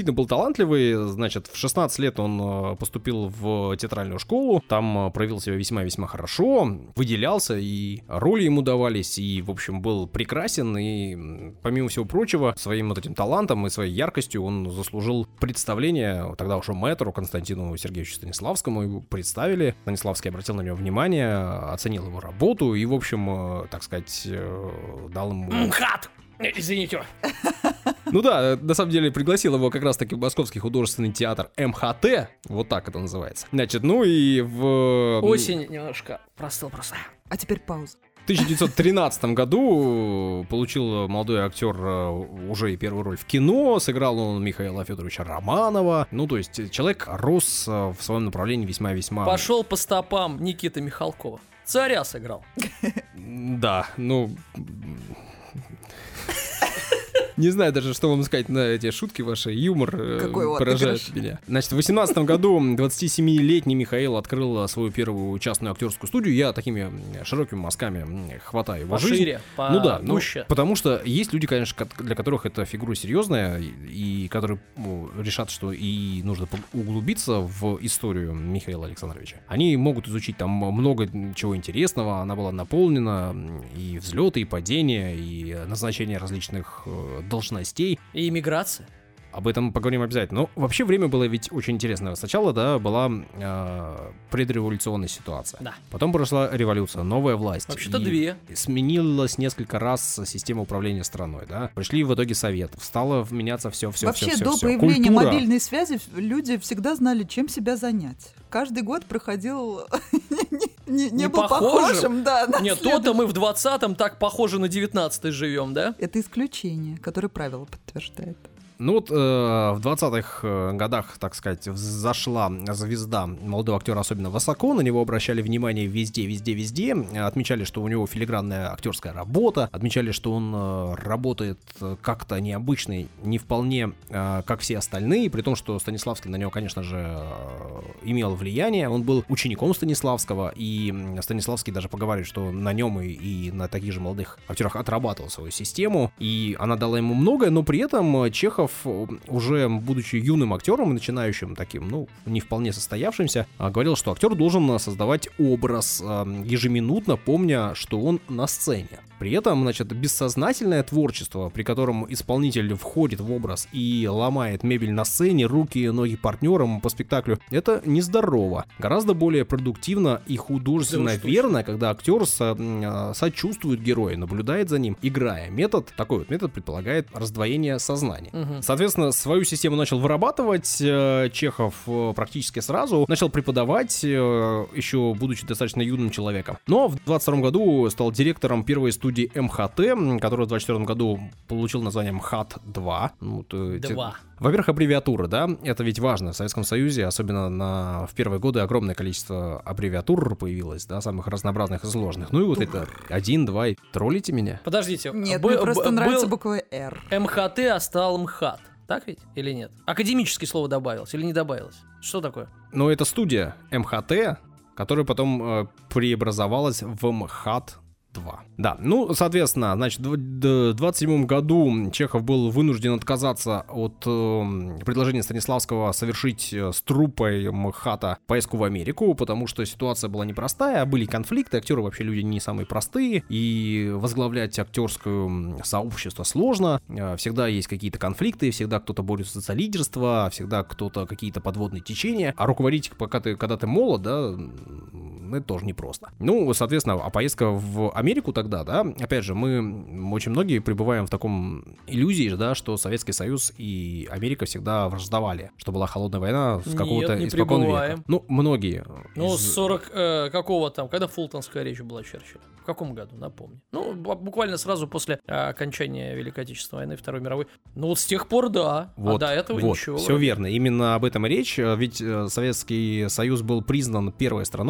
действительно был талантливый. Значит, в шестнадцать лет он поступил в театральную школу, там проявил себя весьма-весьма хорошо, выделялся, и роли ему давались, и, в общем, был прекрасен, и, помимо всего прочего, своим вот этим талантом и своей яркостью он заслужил представление, тогда уже мэтру Константину Сергеевичу Станиславскому, его представили, Станиславский обратил на него внимание, оценил его работу и, в общем, так сказать, дал ему... МХАТ! Извините. Ну да, на самом деле пригласил его как раз-таки в Московский художественный театр эм ха тэ, вот так это называется. Значит, ну и в... Осень немножко простыл просто. А теперь пауза. В тысяча девятьсот тринадцатом году получил молодой актер уже и первую роль в кино, сыграл он Михаила Федоровича Романова. Ну, то есть человек рос в своем направлении весьма-весьма... Пошел по стопам Никиты Михалкова. Царя сыграл. Да, ну... Не знаю даже, что вам сказать на эти шутки ваши. Юмор Какой поражает отыгрыш. меня. Значит, в восемнадцатом году двадцатисемилетний Михаил открыл свою первую частную актерскую студию. Я такими широкими мазками хватаю его жизнь. Пошире, по Ну да, ну, гуще. потому что есть люди, конечно, для которых эта фигура серьезная, и, и которые ну, решат, что и нужно углубиться в историю Михаила Александровича. Они могут изучить там много чего интересного. Она была наполнена и взлеты, и падения, и назначение различных должностей. И иммиграция. Об этом поговорим обязательно. Но вообще время было ведь очень интересное. Сначала, да, была э, предреволюционная ситуация. Да. Потом прошла революция, новая власть. Вообще-то И две. Сменилась несколько раз система управления страной, да. Пришли в итоге совет. Стало меняться все, все, Вообще, все, все. до все. появления Культура. мобильной связи люди всегда знали, чем себя занять. Каждый год проходил... Не, не Не был похожим? похожим, да. на Нет, следующий. то-то мы в двадцатом так похоже на девятнадцатый живем, да? Это исключение, которое правило подтверждает. Ну вот э, в двадцатых годах, так сказать, зашла звезда молодого актера особенно высоко, на него обращали внимание везде, везде, везде, отмечали, что у него филигранная актерская работа, отмечали, что он э, работает как-то необычно, не вполне э, как все остальные, при том, что Станиславский на него, конечно же, э, имел влияние, он был учеником Станиславского, и Станиславский даже поговаривает, что на нем и, и на таких же молодых актерах отрабатывал свою систему, и она дала ему многое, но при этом Чехов, уже будучи юным актером и начинающим таким, ну, не вполне состоявшимся, говорил, что актер должен создавать образ ежеминутно, помня, что он на сцене. При этом, значит, бессознательное творчество, при котором исполнитель входит в образ и ломает мебель на сцене, руки, ноги партнерам по спектаклю, это нездорово. Гораздо более продуктивно и художественно Да, верно, когда актер со- сочувствует герою, наблюдает за ним, играя. Метод, такой вот метод предполагает раздвоение сознания. Угу. Соответственно, свою систему начал вырабатывать э, Чехов э, практически сразу, начал преподавать, э, еще будучи достаточно юным человеком. Но в двадцать втором году стал директором первой студии эм ха тэ, которая в двадцать четвёртом году получил название МХАТ два. Ну, то, Два. те... Во-первых, аббревиатура, да, это ведь важно. В Советском Союзе, особенно на... в первые годы, огромное количество аббревиатур появилось, да, самых разнообразных и сложных. Ну и вот Тур. Это один, два, и троллите меня? Подождите. Нет, б- мне просто б- нравится был буква «Р». эм ха тэ, а стал МХАТ. Так ведь? Или нет? Академическое слово добавилось или не добавилось? Что такое? Ну, это студия эм ха тэ, которая потом э, преобразовалась в МХАТ два. Да, ну, соответственно, значит, в двадцать седьмом году Чехов был вынужден отказаться от э, предложения Станиславского совершить э, с труппой МХАТа поездку в Америку, потому что ситуация была непростая, были конфликты, актеры вообще люди не самые простые, и возглавлять актерское сообщество сложно, э, всегда есть какие-то конфликты, всегда кто-то борется за лидерство, всегда кто-то какие-то подводные течения, а руководить, пока ты, когда ты молод, да, это тоже непросто. Ну, соответственно, а поездка в Америку тогда, да, опять же, мы очень многие пребываем в таком иллюзии, да, что Советский Союз и Америка всегда враждовали, что была холодная война с какого-то Нет, не испокон пребываем. века. Ну, многие. Ну, из... с сорок э, какого там, когда Фултонская речь была Черчилля? В каком году, напомни? Ну, б- буквально сразу после э, окончания Великой Отечественной войны, Второй мировой. Ну, вот с тех пор, да. Вот, а до этого вот, ничего. все верно. Именно об этом и речь. Ведь Советский Союз был признан первой страной, это США,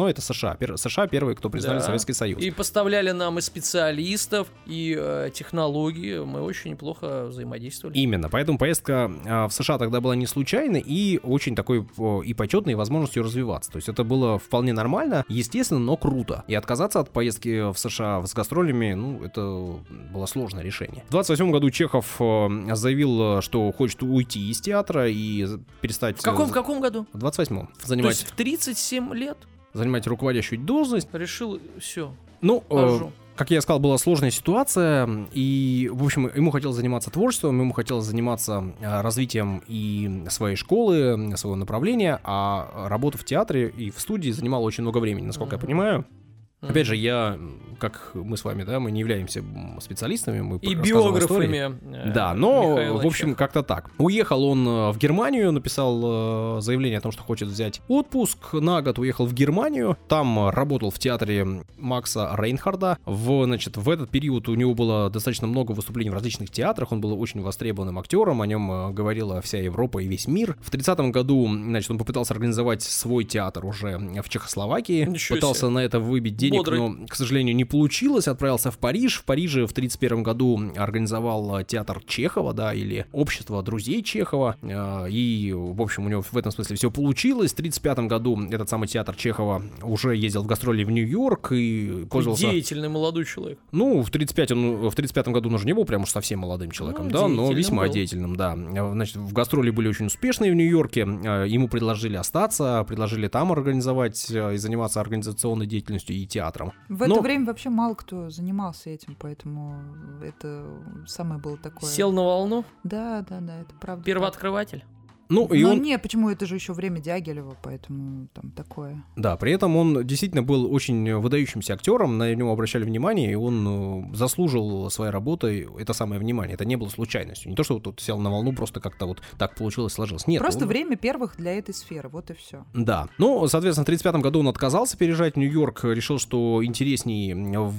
США. Пер- США первые, кто признали Да. Советский Союз. И поставляли нам и специалистов, и э, технологии. Мы очень неплохо взаимодействовали. Именно, поэтому поездка а, в США тогда была не случайной и очень такой о, и почетной возможностью развиваться. То есть это было вполне нормально, естественно, но круто. И отказаться от поездки в США с гастролями, ну, это было сложное решение. В двадцать восьмом году Чехов э, заявил, что хочет уйти из театра и перестать... В каком, в каком году? В двадцать восьмом. То Занимать, есть в тридцать семь лет занимать руководящую должность. решил, все, Ну, э, хожу. как я сказал, была сложная ситуация, и, в общем, ему хотелось заниматься творчеством, ему хотелось заниматься а, развитием и своей школы, своего направления, а работа в театре и в студии занимала очень много времени, насколько Мгм. я понимаю. Мгм. Опять же, я, как мы с вами, да, мы не являемся специалистами, мы И рассказываем истории. биографами. э, Да, но, Михаила в общем, Чехова. как-то так. Уехал он э, в Германию, написал э, заявление о том, что хочет взять отпуск на год, уехал в Германию, там э, работал в театре Макса Рейнхарда. В, значит, в этот период у него было достаточно много выступлений в различных театрах, он был очень востребованным актером, о нем э, говорила вся Европа и весь мир. В тридцатом году, значит, он попытался организовать свой театр уже в Чехословакии, Ничего пытался себе. на это выбить денег, Бодрый. но, к сожалению, не получилось, отправился в Париж. В Париже в тридцать первом году организовал э, театр Чехова, да, или общество друзей Чехова, э, и, в общем, у него в этом смысле все получилось. В тридцать пятом году этот самый театр Чехова уже ездил в гастроли в Нью-Йорк и пользовался... Деятельный молодой человек. Ну, в тридцать пятом, в тридцать пятом году он уже не был прям уж совсем молодым человеком, Ну, да, но деятельным весьма был. деятельным, да. Значит, в гастроли были очень успешные в Нью-Йорке, э, ему предложили остаться, предложили там организовать э, и заниматься организационной деятельностью и театром. В Но- это время вообще мало кто занимался этим, поэтому это самое было такое. Сел на волну, Да, да, да, это правда. так. первооткрыватель. Ну, и Ну он... не, почему это же еще время Дягилева, поэтому там такое. Да, при этом он действительно был очень выдающимся актером, на него обращали внимание, и он э, заслужил своей работой это самое внимание. Это не было случайностью. Не то, что вот тут сел на волну, просто как-то вот так получилось, сложилось. Нет. Просто он- время первых для этой сферы, вот и все. Да. Ну, соответственно, в тридцать пятом году он отказался переезжать в Нью-Йорк, решил, что интересней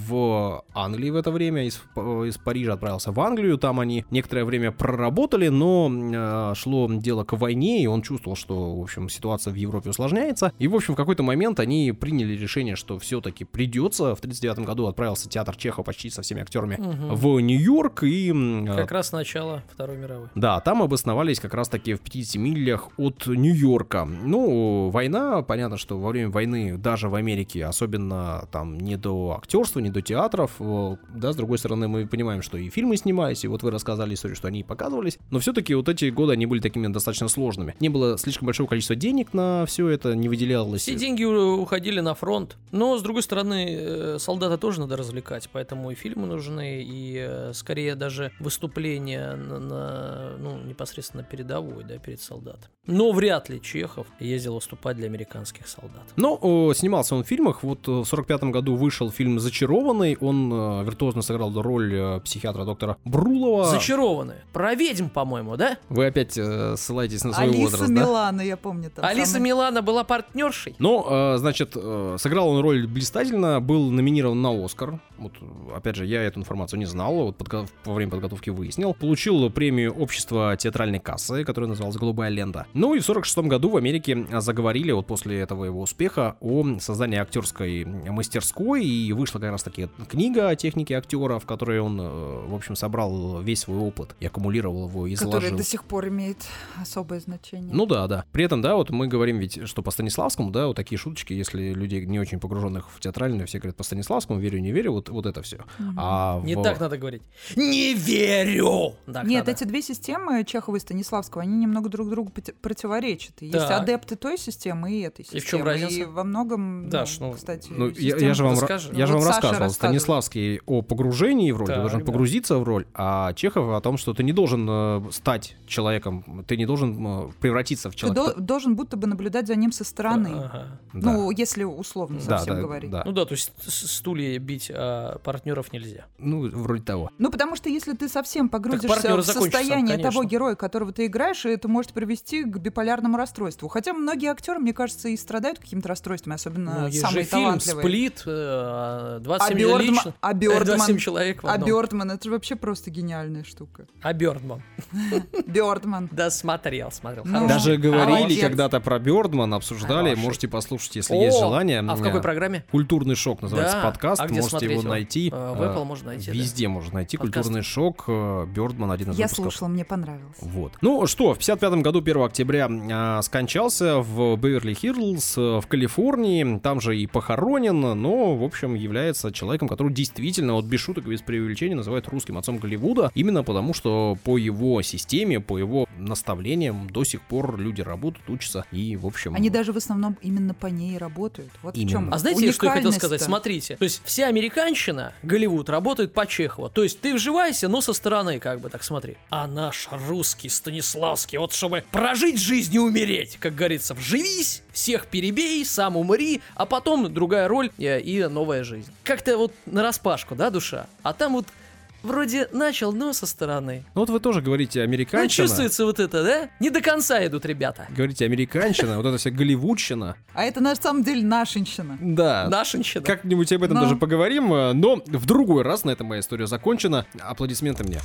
в Англии в это время, из, из Парижа отправился в Англию, там они некоторое время проработали, но э, шло дело к войне, и он чувствовал, что, в общем, ситуация в Европе усложняется, и, в общем, в какой-то момент они приняли решение, что все-таки придется. В тридцать девятом году отправился театр Чехова почти со всеми актерами Мгм. в Нью-Йорк, и... э, Как раз начало Второй мировой. да, там обосновались как раз-таки в пятидесяти милях от Нью-Йорка. Ну, война, понятно, что во время войны даже в Америке особенно там не до актерства, не до театров, э, да, с другой стороны мы понимаем, что и фильмы снимались, и вот вы рассказали историю, что они и показывались, но все-таки вот эти годы, они были такими достаточно сложными. Не было слишком большого количества денег на все это, не выделялось. Все деньги у- уходили на фронт. Но, с другой стороны, э, солдата тоже надо развлекать, поэтому и фильмы нужны, и э, скорее даже выступления на, на, ну, непосредственно передовой, да, перед солдатом. Но вряд ли Чехов ездил выступать для американских солдат. Но о, снимался он в фильмах. Вот э, в сорок пятом году вышел фильм «Зачарованный». Он э, виртуозно сыграл роль э, психиатра доктора Брулова. Зачарованные. Про ведьм, по-моему, да? Вы опять э, ссылаетесь на свой Алиса возраст, да? Милана, я помню. Там Алиса самый- Милана была партнершей. Ну, э, значит, э, сыграл он роль блистательно, был номинирован на Оскар. Вот, опять же, я эту информацию не знал, вот подго- во время подготовки выяснил. Получил премию общества театральной кассы, которая называлась «Голубая лента». Ну и в сорок шестом году в Америке заговорили, вот после этого его успеха, о создании актерской мастерской, и вышла как раз-таки книга о технике актера, в которой он, э, в общем, собрал весь свой опыт и аккумулировал его, и Который изложил. до сих пор имеет особое значение. Ну да, да. При этом, да, вот мы говорим ведь, что по Станиславскому, да, вот такие шуточки, если люди не очень погруженных в театральное, все говорят по Станиславскому, верю, не верю, вот, вот это все. Мгм. А Не в- так надо говорить. Не верю! Так Нет, надо. эти две системы, Чехова и Станиславского, они немного друг другу пот- противоречат. И Есть Так. адепты той системы и этой системы. И в чем разница? И во многом, Даш, ну, ну, кстати, Ну, я, система- я же вам, ра- Расскажи. я же Ну, вам вот Саша рассказывал, рассказывает. Станиславский о погружении в роль, ты Так, должен да. погрузиться в роль, а Чехов о том, что ты не должен э, стать человеком, ты не должен э, превратиться в Ты человека. до- должен будто бы наблюдать за ним со стороны. Ага. Да. Ну, если условно Да, совсем да, говорить. да. Ну да, то есть с- стулья бить, а партнеров нельзя. Ну, вроде того. Ну, потому что если ты совсем погрузишься партнеры в закончатся, состояние того конечно. героя, которого ты играешь, это может привести к биполярному расстройству. Хотя многие актеры, мне кажется, и страдают какими-то расстройствами, особенно Ну, есть самые же фильм талантливые. «Сплит», э, двадцать А семь Бёрдман- лично. а Э, Бёрдман- двадцать семь человек в А одном. Бёрдман, это же вообще просто гениальная штука. А Бёрдман. Бёрдман. Досмотрел. смотрел, смотрел. Ну, Даже говорили молодец. когда-то про Бёрдман, обсуждали. Хороший. Можете послушать, если О, есть желание. А в какой программе? «Культурный шок» называется Да. подкаст. А где Можете смотреть его его? найти. Э, в Apple можно найти, да? Везде можно найти. Подкаст. «Культурный шок», э, Бёрдман, один из Я выпусков. слушала, мне понравилось. Вот. Ну что, в пятьдесят пятом году, первого октября, а, скончался в Беверли-Хиллз, а, в Калифорнии. Там же и похоронен, но, в общем, является человеком, который действительно, вот без шуток, без преувеличения, называют русским отцом Голливуда. Именно потому, что по его системе, по его наставлениям до сих пор люди работают, учатся и, в общем... Они даже в основном именно по ней работают. Вот Именно. в чем А знаете, что я хотел уникальность-то? сказать? Смотрите, то есть вся американщина, Голливуд, работает по Чехову. То есть ты вживайся, но со стороны, как бы так смотри. А наш русский Станиславский, вот чтобы прожить жизнь и умереть, как говорится, вживись, всех перебей, сам умри, а потом другая роль и, и новая жизнь. Как-то вот нараспашку, да, душа? А там вот вроде начал, но со стороны. Ну вот вы тоже говорите Ну, американщина. чувствуется вот это, да? Не до конца идут ребята. Говорите американщина, вот эта вся голливудщина. А это на самом деле нашинщина. Да. Нашинщина. Как-нибудь об этом Но. даже поговорим, но в другой раз. На этом моя история закончена. Аплодисменты мне.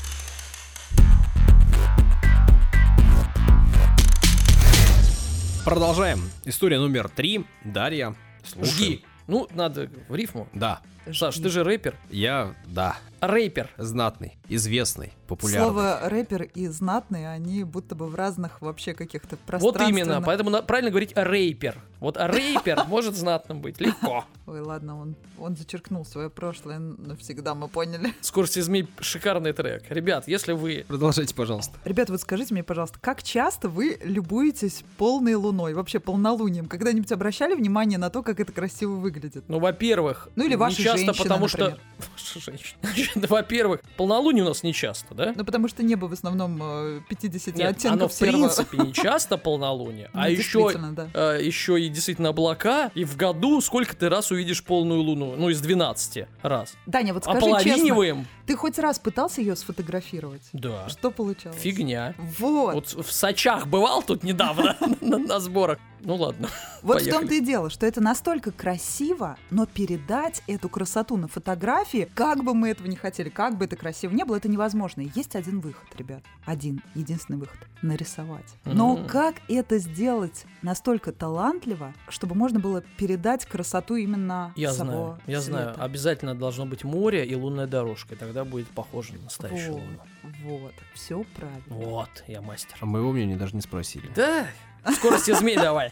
Продолжаем. История номер три. Дарья, слушай. Жги. Ну, надо в рифму. Да, Саш, ты же рэпер. я, да, Рэпер. знатный, известный, популярный. Слово рэпер и знатный, они будто бы в разных вообще каких-то Вот пространственных... именно, поэтому на- правильно говорить рэпер. Вот рэпер может знатным быть, легко. Ой, ладно, он, он зачеркнул свое прошлое навсегда, мы поняли. Скорости змей — шикарный трек. Ребят, если вы... Продолжайте, пожалуйста. Ребята, вот скажите мне, пожалуйста, как часто вы любуетесь полной луной, вообще полнолунием? Когда-нибудь обращали внимание на то, как это красиво выглядит? Ну, во-первых, Ну, или не ваши часто, женщины, потому что... например. Ваши женщины. Значит, во-первых, полнолуние у нас не часто, да? Ну, потому что небо в основном э, пятьдесят Нет, оттенков оно в серого. принципе не часто полнолуние, Ну, а еще, действительно, да. э, еще и действительно облака, и в году сколько ты раз увидишь полную луну? Ну, из двенадцати раз. Даня, вот скажи честно, Ополовиниваем? ты хоть раз пытался ее сфотографировать? Да. Что получалось? Фигня. Вот. Вот в Сочах бывал тут недавно на, на сборах. Ну ладно. Вот в поехали. том-то и дело, что это настолько красиво, но передать эту красоту на фотографии, как бы мы этого не хотели, как бы это красиво не было, это невозможно. И есть один выход, ребят. Один, единственный выход. Нарисовать. Но Мгм. как это сделать настолько талантливо, чтобы можно было передать красоту именно Я самого знаю, я цвета? знаю. Обязательно должно быть море и лунная дорожка, и тогда будет похоже на настоящую Вот, луну. вот, все правильно. Вот, я мастер. А моего мнения даже не спросили. Да, скорости змей давай.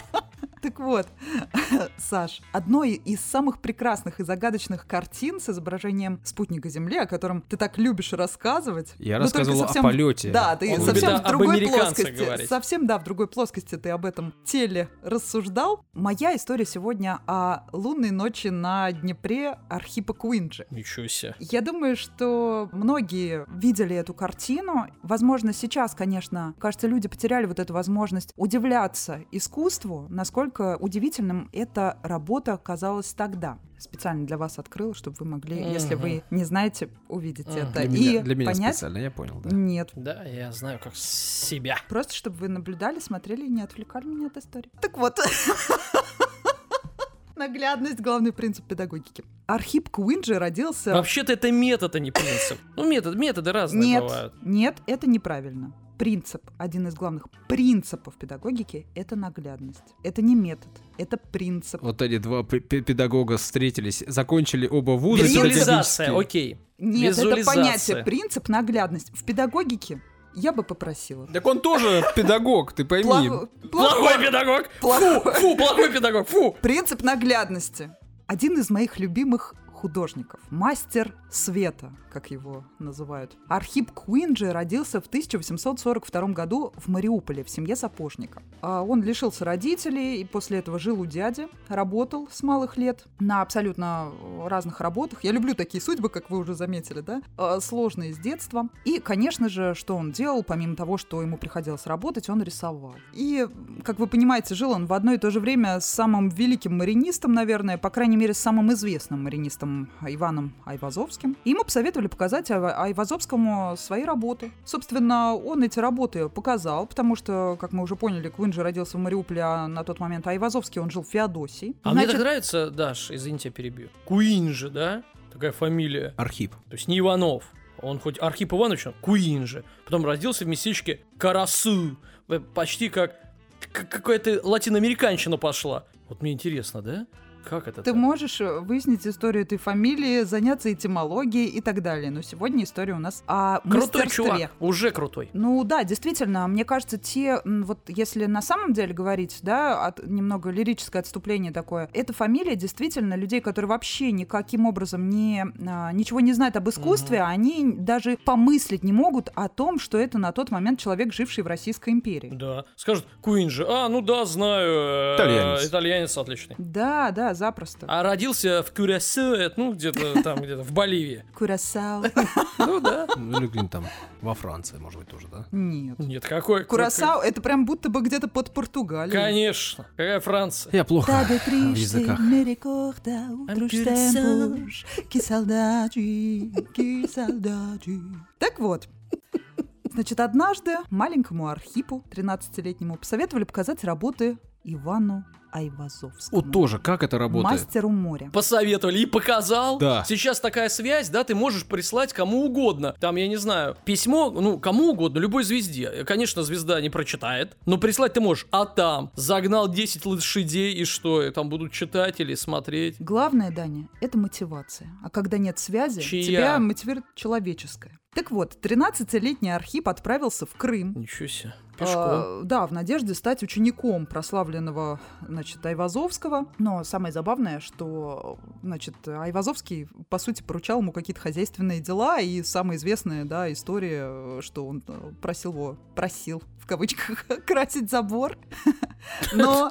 Так вот, Саш, одной из самых прекрасных и загадочных картин с изображением спутника Земли, о котором ты так любишь рассказывать. Я но только рассказывал о совсем- полете. Да, ты Он совсем любит в об другой американцах плоскости. говорить. Совсем, да, в другой плоскости ты об этом теле рассуждал. Моя история сегодня о лунной ночи на Днепре Архипа Куинджи. Ничего себе. Я думаю, что многие видели эту картину. Возможно, сейчас, конечно, кажется, люди потеряли вот эту возможность удивляться искусству, насколько удивительным эта работа казалась тогда. Специально для вас открыла, чтобы вы могли, Мгм. если вы не знаете, увидеть Мгм. это Для и меня, для меня понять. специально, я понял, да. Нет. Да, я знаю, как себя. Просто чтобы вы наблюдали, смотрели и не отвлекали меня от истории. Так вот. Наглядность — главный принцип педагогики. Архип Куинджи родился... Вообще-то это метод, а не принцип. Ну, метод, методы разные Нет, бывают. нет, это неправильно. Принцип, один из главных принципов педагогики — это наглядность. Это не метод, это принцип. Вот эти два п- п- педагога встретились, закончили оба вуза Визуализация, педагогические. окей. Нет, это Визуализация. понятие, принцип, наглядность. В педагогике я бы попросила. Так он тоже педагог, ты пойми. Плохо- Плохой педагог! Плохой. Фу, фу, плохой педагог, фу! Принцип наглядности. Один из моих любимых художников. Мастер света, как его называют. Архип Куинджи родился в тысяча восемьсот сорок втором году в Мариуполе в семье сапожника. А Он лишился родителей и после этого жил у дяди, работал с малых лет на абсолютно разных работах. Я люблю такие судьбы, как вы уже заметили, да? А, Сложные с детства. И, конечно же, что он делал, помимо того, что ему приходилось работать, он рисовал. И, как вы понимаете, жил он в одно и то же время с самым великим маринистом, наверное, по крайней мере, с самым известным маринистом Иваном Айвазовским. И ему посоветовали показать Ай- Айвазовскому свои работы. Собственно, он эти работы показал, потому что, как мы уже поняли, Куинджи родился в Мариуполе, а на тот момент Айвазовский, он жил в Феодосии. А мне Значит, так нравится, Даш, извините, я перебью. Куинджи, да? Такая фамилия. Архип. То есть не Иванов. Он хоть Архип Иванович, но Куинджи. Потом родился в местечке Карасу. почти как какая-то латиноамериканщина пошла. Вот мне интересно, да? Как это? Ты так? можешь выяснить историю этой фамилии, заняться этимологией и так далее. Но сегодня история у нас о Крутой мастерстве. чувак, уже крутой. Ну да, действительно, мне кажется, те, вот если на самом деле говорить, да, от, немного лирическое отступление такое, эта фамилия действительно людей, которые вообще никаким образом не, а, ничего не знают об искусстве, угу. они даже помыслить не могут о том, что это на тот момент человек, живший в Российской империи. Да, скажут, Куинджи, а, ну да, знаю, итальянец, э, итальянец отличный. Да, да, запросто. А родился в Кюрасао, ну, где-то там, где-то в Боливии. Кюрасао. Ну, да. Ну, или где-нибудь там во Франции, может быть, тоже, да? Нет. Нет, какой... Кюрасао, это прям будто бы где-то под Португалией. Конечно. Какая Франция? Я плохо в языках. Так вот. Значит, однажды маленькому Архипу, тринадцатилетнему, посоветовали показать работы Ивану Айвазовскому. Вот тоже, как это работает? Мастеру моря. Посоветовали и показал. Да. Сейчас такая связь, да, ты можешь прислать кому угодно. Там, я не знаю, письмо, ну, кому угодно, любой звезде. Конечно, звезда не прочитает, но прислать ты можешь. А там загнал десять лошадей, и что? И там будут читать или смотреть. Главное, Даня, это мотивация. А когда нет связи, Чья? тебя мотивирует человеческое. Так вот, тринадцатилетний Архип отправился в Крым. Ничего себе. Пешком. А, да, в надежде стать учеником прославленного, значит, Айвазовского. Но самое забавное, что, значит, Айвазовский, по сути, поручал ему какие-то хозяйственные дела, и самая известная, да, история, что он просил его, просил, в кавычках, красить забор. Но...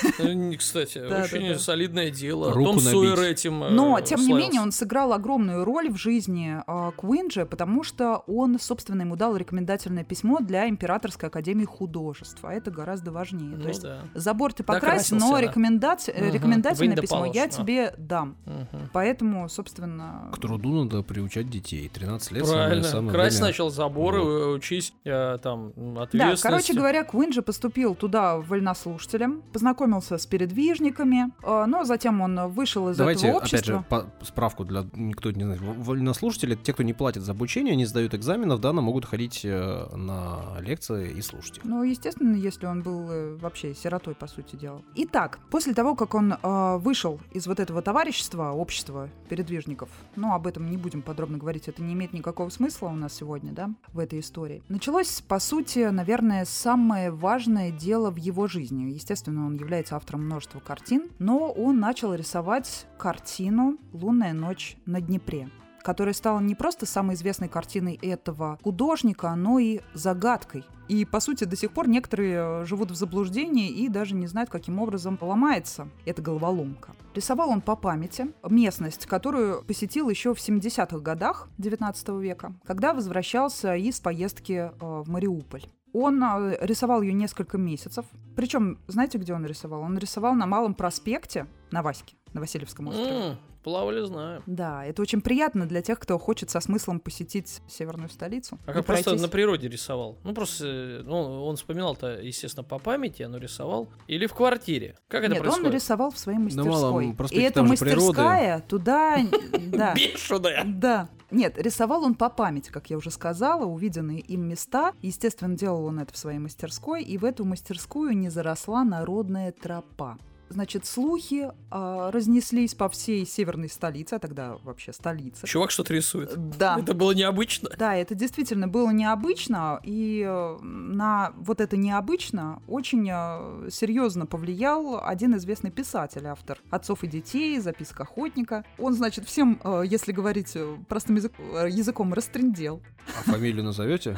Кстати, очень солидное дело. Руку Том Сойер набить. этим Но, тем не менее, он сыграл огромную роль в жизни Куинджи, потому что он, собственно, ему дал рекомендательное письмо для Императорской академии художеств, а это гораздо важнее. Ну, То есть да. забор ты покрась, Докрасился, но да. рекомендаци... Угу. рекомендательное Вынь да письмо положь, я да. тебе дам. Угу. Поэтому, собственно... К труду надо приучать детей. тринадцать лет Правильно. самое Крась время. сначала заборы, Вот. учись э, там Да, ответственности. короче говоря, Куинджи поступил туда вольнослушателем, познакомился с передвижниками, э, но затем он вышел из Давайте, этого опять общества. же, по- справку для никто не знает. Вольнослушатели, те, кто не платит за обучение, не сдают экзаменов, да, но могут ходить э, на лекции и слушать их. Ну, естественно, если он был э, вообще сиротой, по сути дела. Итак, после того, как он э, вышел из вот этого товарищества, общества передвижников, ну, об этом не будем подробно говорить, это не имеет никакого смысла у нас сегодня, да, в этой истории. Началось, по сути, наверное, самое важное дело в его жизни. Естественно, он является автором множества картин, но он начал рисовать картину «Лунная ночь на Днепре», которая стала не просто самой известной картиной этого художника, но и загадкой. И, по сути, до сих пор некоторые живут в заблуждении и даже не знают, каким образом ломается эта головоломка. Рисовал он по памяти местность, которую посетил еще в семидесятых годах девятнадцатого века, когда возвращался из поездки э, в Мариуполь. Он э, рисовал ее несколько месяцев. Причем, знаете, где он рисовал? Он рисовал на Малом проспекте, на Ваське, на Васильевском острове. М, Плавали, знаю. Да, это очень приятно для тех, кто хочет со смыслом посетить северную столицу. А и как просто пройтись. на природе рисовал? Ну, просто, э, ну, он вспоминал-то, естественно, по памяти, но рисовал. Или в квартире? Как это Нет, происходит? он рисовал в своей На мастерской. Малом И проспекте эта там же мастерская туда... Да. Бешеная! Да. Нет, рисовал он по памяти, как я уже сказала, увиденные им места. Естественно, делал он это в своей мастерской, и в эту мастерскую не заросла народная тропа. Значит, слухи а, разнеслись по всей северной столице, а тогда вообще столица. Чувак что-то рисует. Да. Это было необычно. Да, это действительно было необычно, и э, на вот это необычно очень э, серьезно повлиял один известный писатель, автор «Отцов и детей», «Записок охотника». Он, значит, всем, э, если говорить э, простым язык, э, языком, растрындел. А фамилию назовете?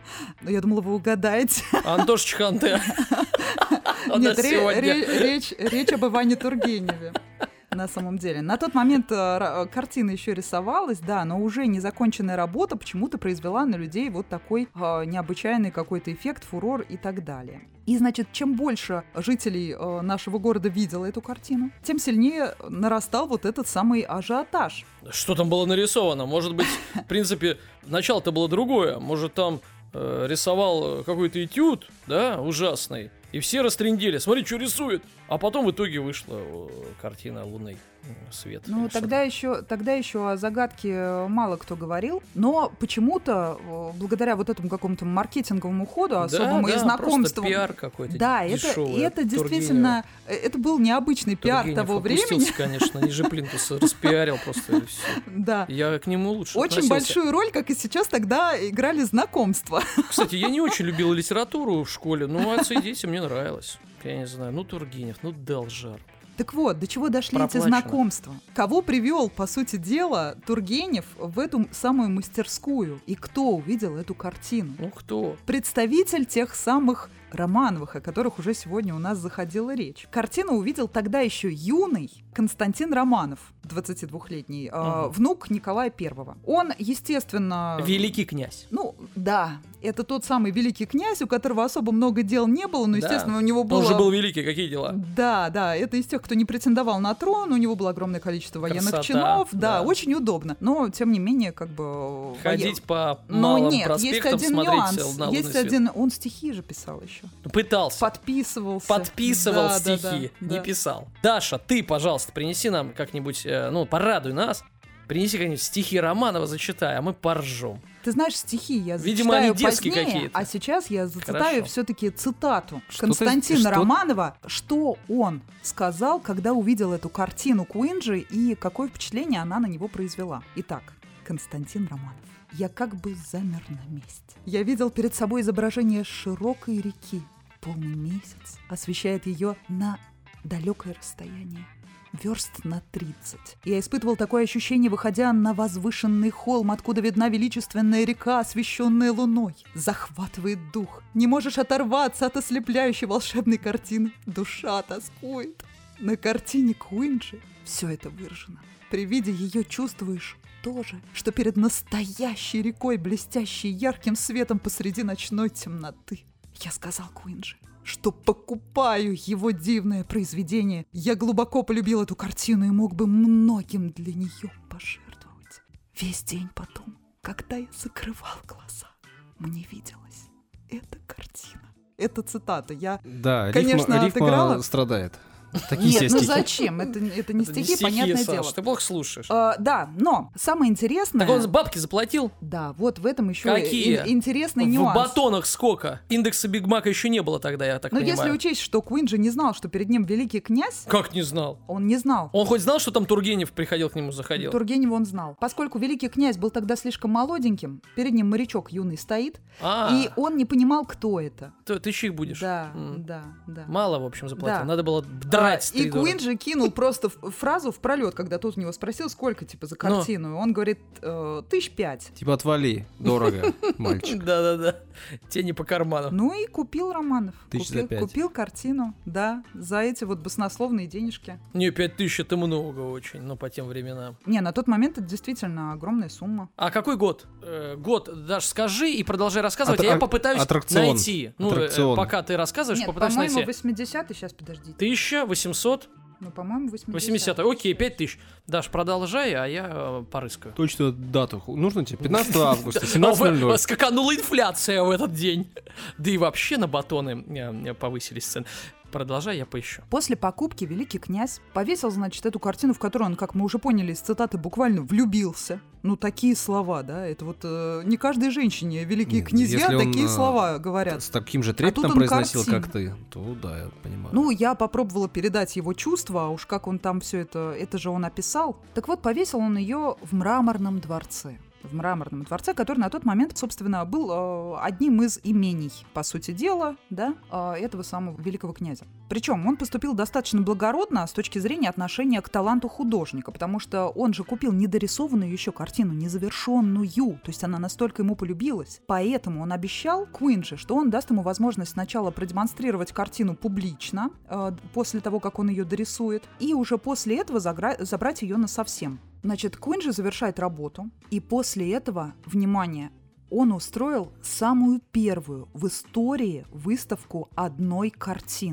Я думала, вы угадаете. Антош Чханте. У Нет, нас ре- сегодня. ре- речь, речь об Иване Тургеневе. На самом деле. На тот момент э, ра- картина еще рисовалась, да, но уже незаконченная работа почему-то произвела на людей вот такой э, необычайный какой-то эффект, фурор и так далее. И, значит, чем больше жителей э, нашего города видело эту картину, тем сильнее нарастал вот этот самый ажиотаж. Что там было нарисовано? Может быть, в принципе, начало-то было другое. Может, там э, рисовал какой-то этюд, да, ужасный. И все растрындели. Смотри, что рисует. А потом в итоге вышла э, картина Луны. свет. Ну, тогда еще, тогда еще о загадке мало кто говорил, но почему-то, благодаря вот этому какому-то маркетинговому ходу, особому, да, и да, знакомству... просто пиар какой-то. Да, это, это действительно, это был необычный пиар Тургенев того времени. Конечно, ниже плинтуса распиарил просто, и все. Да. Я к нему лучше Очень относился. большую роль, как и сейчас, тогда играли знакомства. Кстати, я не очень любил литературу в школе, но «Отцы и дети» мне нравилось. Я не знаю, ну Тургенев, ну дал жар. Так вот, до чего дошли Проплачено. эти знакомства? Кого привел, по сути дела, Тургенев в эту самую мастерскую? И кто увидел эту картину? Ну кто? Представитель тех самых Романовых, о которых уже сегодня у нас заходила речь. Картину увидел тогда еще юный Константин Романов, двадцатидвухлетний, угу. э, внук Николая Первого. Он, естественно... Великий князь. Ну, да, это тот самый великий князь, у которого особо много дел не было, но, естественно, да. у него было... Он же был великий, какие дела? Да, да, это из тех, кто не претендовал на трон, у него было огромное количество военных Красота, чинов, да, да, очень удобно, но, тем не менее, как бы... Ходить воен... по но малым нет, проспектам, есть один смотреть нюанс, на есть свет. один... Он стихи же писал еще. Пытался. Подписывался. Подписывал да, стихи, да, да, не да. писал. Даша, ты, пожалуйста, принеси нам как-нибудь, э, ну, порадуй нас, принеси как-нибудь стихи Романова, зачитай, а мы поржем. Ты знаешь, стихи я Видимо, зачитаю они детские позднее, какие-то. а сейчас я зачитаю Хорошо. все-таки цитату Что Константина ты- что- Романова, что он сказал, когда увидел эту картину Куинджи и какое впечатление она на него произвела. Итак, Константин Романов. Я как бы замер на месте. Я видел перед собой изображение широкой реки. Полный месяц освещает ее на далекое расстояние. Верст на тридцать. Я испытывал такое ощущение, выходя на возвышенный холм, откуда видна величественная река, освещенная луной. Захватывает дух. Не можешь оторваться от ослепляющей волшебной картины. Душа тоскует. На картине Куинджи все это выражено. При виде ее чувствуешь то же, что перед настоящей рекой, блестящей ярким светом посреди ночной темноты. Я сказал Куинджи, что покупаю его дивное произведение. Я глубоко полюбил эту картину и мог бы многим для нее пожертвовать. Весь день потом, когда я закрывал глаза, мне виделась эта картина. Это цитата. Я, Да, конечно, рифма, рифма отыграла. страдает. Такие Нет, себе ну стихи. зачем? Это, это не Это стихи, понятное Саш, дело. ты плохо слушаешь. А, да, но самое интересное... Так он бабки заплатил? Да, вот в этом еще Какие? ин- интересный В нюанс. батонах сколько? Индекса Биг Мака еще не было тогда, я так Но понимаю. если учесть, что Куинджи не знал, что перед ним великий князь, Как не знал? он не знал. Он хоть знал, что там Тургенев приходил к нему, заходил? Тургенева он знал. Поскольку великий князь был тогда слишком молоденьким, перед ним морячок юный стоит, А, и он не понимал, кто это. то ты еще их будешь. Да, М. да, да. Мало, в общем, заплатил. Да. Надо было драть. А, и втридорого. Куинджи кинул просто ф- фразу в пролет, когда тот у него спросил, сколько типа за картину. Он говорит, «Э, тысяч пять. Типа отвали, дорого, мальчик. Да-да-да. Те не по карману. Ну и купил Романов. Тысяч за купил, пять. купил картину, да, за эти вот баснословные денежки. Не, пять тысяч это много очень, но по тем временам. Не, на тот момент это действительно огромная сумма. А какой год? Э, год, Даш, скажи и продолжай рассказывать, Ат- а я а- попытаюсь аттракцион. найти. Ну, э, Аттракцион. пока ты рассказываешь, Нет, попытаюсь по-моему, найти. восьмидесятый, сейчас, подождите. тысяча восемьсот Ну, по-моему, восьмидесятый. восьмидесятый. Окей, пять тысяч. Даш, продолжай, а я э, порыскаю. Точно дату. ху- Нужно тебе? пятнадцатого августа, А семнадцать ноль вы- ноль. Скаканула инфляция в этот день. Да и вообще на батоны э, повысились цены. Продолжай, я поищу. После покупки великий князь повесил, значит, эту картину, в которую он, как мы уже поняли из цитаты, буквально влюбился. Ну, такие слова, да, это вот э, не каждой женщине великие Нет, князья если он, такие э, слова говорят. С таким же тут трепетом он произносил, картину. как ты, то да, я понимаю. Ну, я попробовала передать его чувства, а уж как он там все это, это же он описал. Так вот, повесил он ее в мраморном дворце. В мраморном дворце, который на тот момент, собственно, был э, одним из имений, по сути дела, да, э, этого самого великого князя. Причем он поступил достаточно благородно с точки зрения отношения к таланту художника, потому что он же купил недорисованную еще картину, незавершенную, то есть она настолько ему полюбилась. Поэтому он обещал Куинджи, что он даст ему возможность сначала продемонстрировать картину публично, э, после того, как он ее дорисует, и уже после этого загра- забрать ее насовсем. Значит, Куинджи завершает работу, и после этого, внимание, он устроил самую первую в истории выставку одной картины.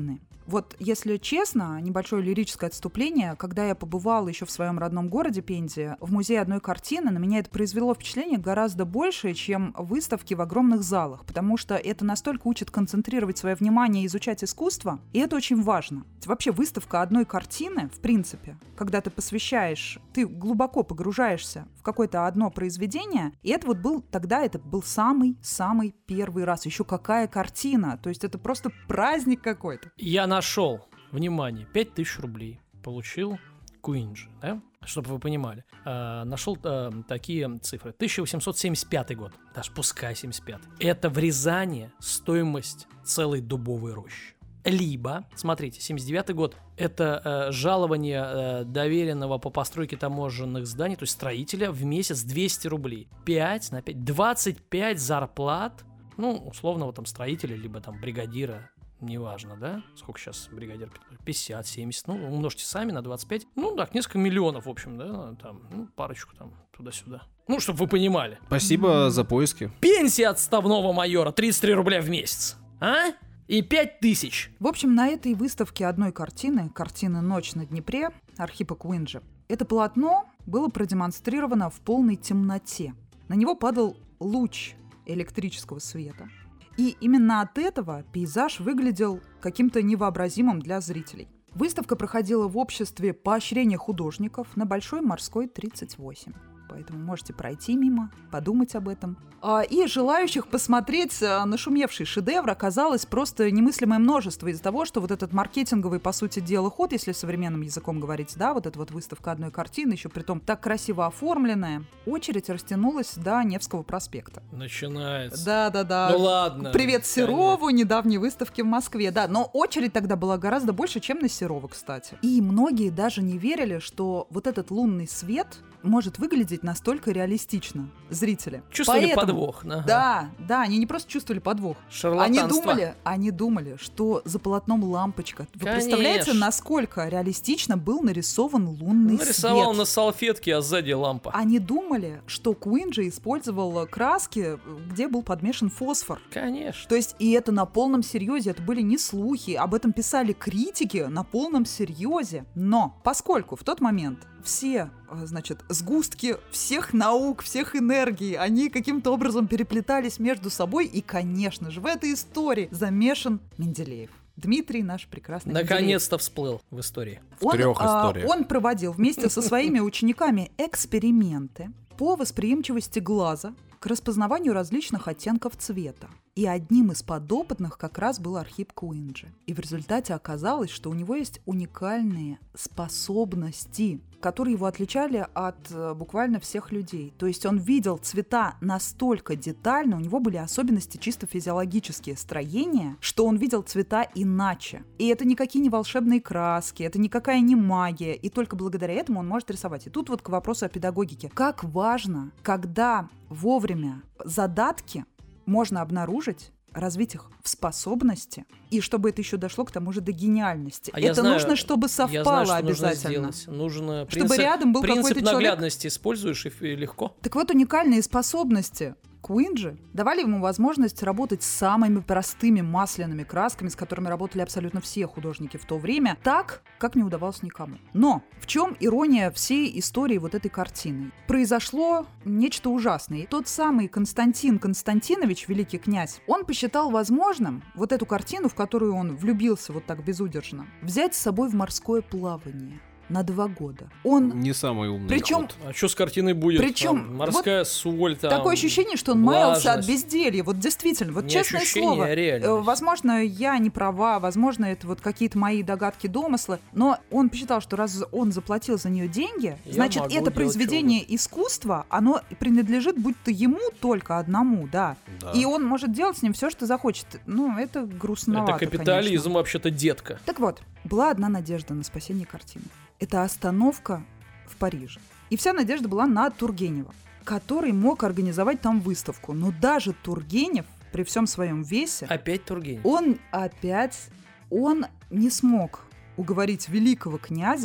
Вот, если честно, небольшое лирическое отступление, когда я побывала еще в своем родном городе Пензе, в музее одной картины, на меня это произвело впечатление гораздо большее, чем выставки в огромных залах, потому что это настолько учит концентрировать свое внимание и изучать искусство, и это очень важно. Вообще, выставка одной картины, в принципе, когда ты посвящаешь, ты глубоко погружаешься в какое-то одно произведение, и это вот был, тогда это был самый-самый первый раз. Еще какая картина, то есть это просто праздник какой-то. Я нашел, внимание, пять тысяч рублей получил Куинджи, да? Чтобы вы понимали. Э, нашел э, такие цифры. тысяча восемьсот семьдесят пятый год, даже пускай семьдесят пятый. Это в Рязани стоимость целой дубовой рощи. Либо, смотрите, семьдесят девятый год, это э, жалование э, доверенного по постройке таможенных зданий, то есть строителя, в месяц двести рублей. пять на пять, двадцать пять зарплат, ну, условного там строителя, либо там бригадира, неважно, да? Сколько сейчас бригадир? пятьдесят, семьдесят, ну, умножьте сами на двадцать пять. Ну, так, несколько миллионов, в общем, да, там, ну, парочку там, туда-сюда. Ну, чтобы вы понимали. Спасибо за поиски. Пенсия отставного майора тридцать три рубля в месяц, а? И пять тысяч. В общем, на этой выставке одной картины, картины «Ночь на Днепре» Архипа Куинджи, это полотно было продемонстрировано в полной темноте. На него падал луч электрического света. И именно от этого пейзаж выглядел каким-то невообразимым для зрителей. Выставка проходила в обществе поощрения художников на Большой Морской, тридцать восемь. Поэтому можете пройти мимо, подумать об этом. И желающих посмотреть нашумевший шедевр оказалось просто немыслимое множество из-за того, что вот этот маркетинговый, по сути дела, ход, если современным языком говорить, да, вот эта вот выставка одной картины, еще притом так красиво оформленная, очередь растянулась до Невского проспекта. Начинается. Да-да-да. Ну ладно. Привет Серову, недавней выставки в Москве. Да, но очередь тогда была гораздо больше, чем на Серова, кстати. И многие даже не верили, что вот этот лунный свет может выглядеть настолько реалистично. Зрители. Чувствовали Поэтому, подвох. Ага. Да, да, они не просто чувствовали подвох. Они думали, они думали, что за полотном лампочка. Вы Конечно. представляете, насколько реалистично был нарисован лунный свет? Нарисовал на салфетке, а сзади лампа. Они думали, что Куинджи использовал краски, где был подмешан фосфор. Конечно. То есть, и это на полном серьезе, это были не слухи, об этом писали критики на полном серьезе. Но поскольку в тот момент все, значит, сгустки всех наук, всех энергий, они каким-то образом переплетались между собой, и, конечно же, в этой истории замешан Менделеев. Дмитрий наш прекрасный Наконец-то всплыл в истории. В трех историях. Он проводил вместе со своими учениками эксперименты по восприимчивости глаза к распознаванию различных оттенков цвета. И одним из подопытных как раз был Архип Куинджи. И в результате оказалось, что у него есть уникальные способности, которые его отличали от э, буквально всех людей. То есть он видел цвета настолько детально, у него были особенности чисто физиологические строения, что он видел цвета иначе. И это никакие не волшебные краски, это никакая не магия, и только благодаря этому он может рисовать. И тут вот к вопросу о педагогике. Как важно, когда вовремя задатки можно обнаружить, развить их в способности, и чтобы это еще дошло к тому же до гениальности. А это знаю, нужно, чтобы совпало я знаю, что обязательно. Нужно сделать. Нужно чтобы принцип, рядом был принцип какой-то человек. наглядности используешь, и легко. Так вот, уникальные способности Куинджи давали ему возможность работать с самыми простыми масляными красками, с которыми работали абсолютно все художники в то время, так, как не удавалось никому. Но в чем ирония всей истории вот этой картины? Произошло нечто ужасное. И тот самый Константин Константинович, великий князь, он посчитал возможным вот эту картину, в которую он влюбился вот так безудержно, взять с собой в морское плавание. На два года. Он... Не самый умный Причем... ход. А что с картиной будет? Причем Там морская вот соль там. Такое ощущение, что он влажность. маялся от безделья. Вот действительно, вот Не честное ощущение, слово. а реальность. Возможно, я не права, возможно, это вот какие-то мои догадки, домыслы, но он посчитал, что раз он заплатил за нее деньги, Я значит, могу это делать произведение искусства, оно принадлежит будто ему только одному, да. Да. И он может делать с ним все, что захочет. Ну, это грустновато, Это капитализм, конечно. вообще-то, детка. Так вот, была одна надежда на спасение картины. Это остановка в Париже. И вся надежда была на Тургенева, который мог организовать там выставку. Но даже Тургенев, при всем своем весе, Опять Тургенев. он опять, он не смог уговорить великого князя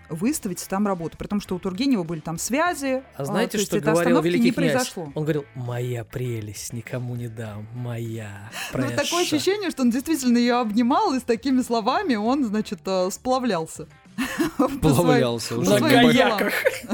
выставить там работу, при том, что у Тургенева были там связи. А знаете, а, что говорил великий князь? Произошло. Он говорил: «Моя прелесть, никому не дам, моя Ну, такое ощущение, что он действительно ее обнимал, и с такими словами он, значит, сплавлялся. Сплавлялся. На каяках.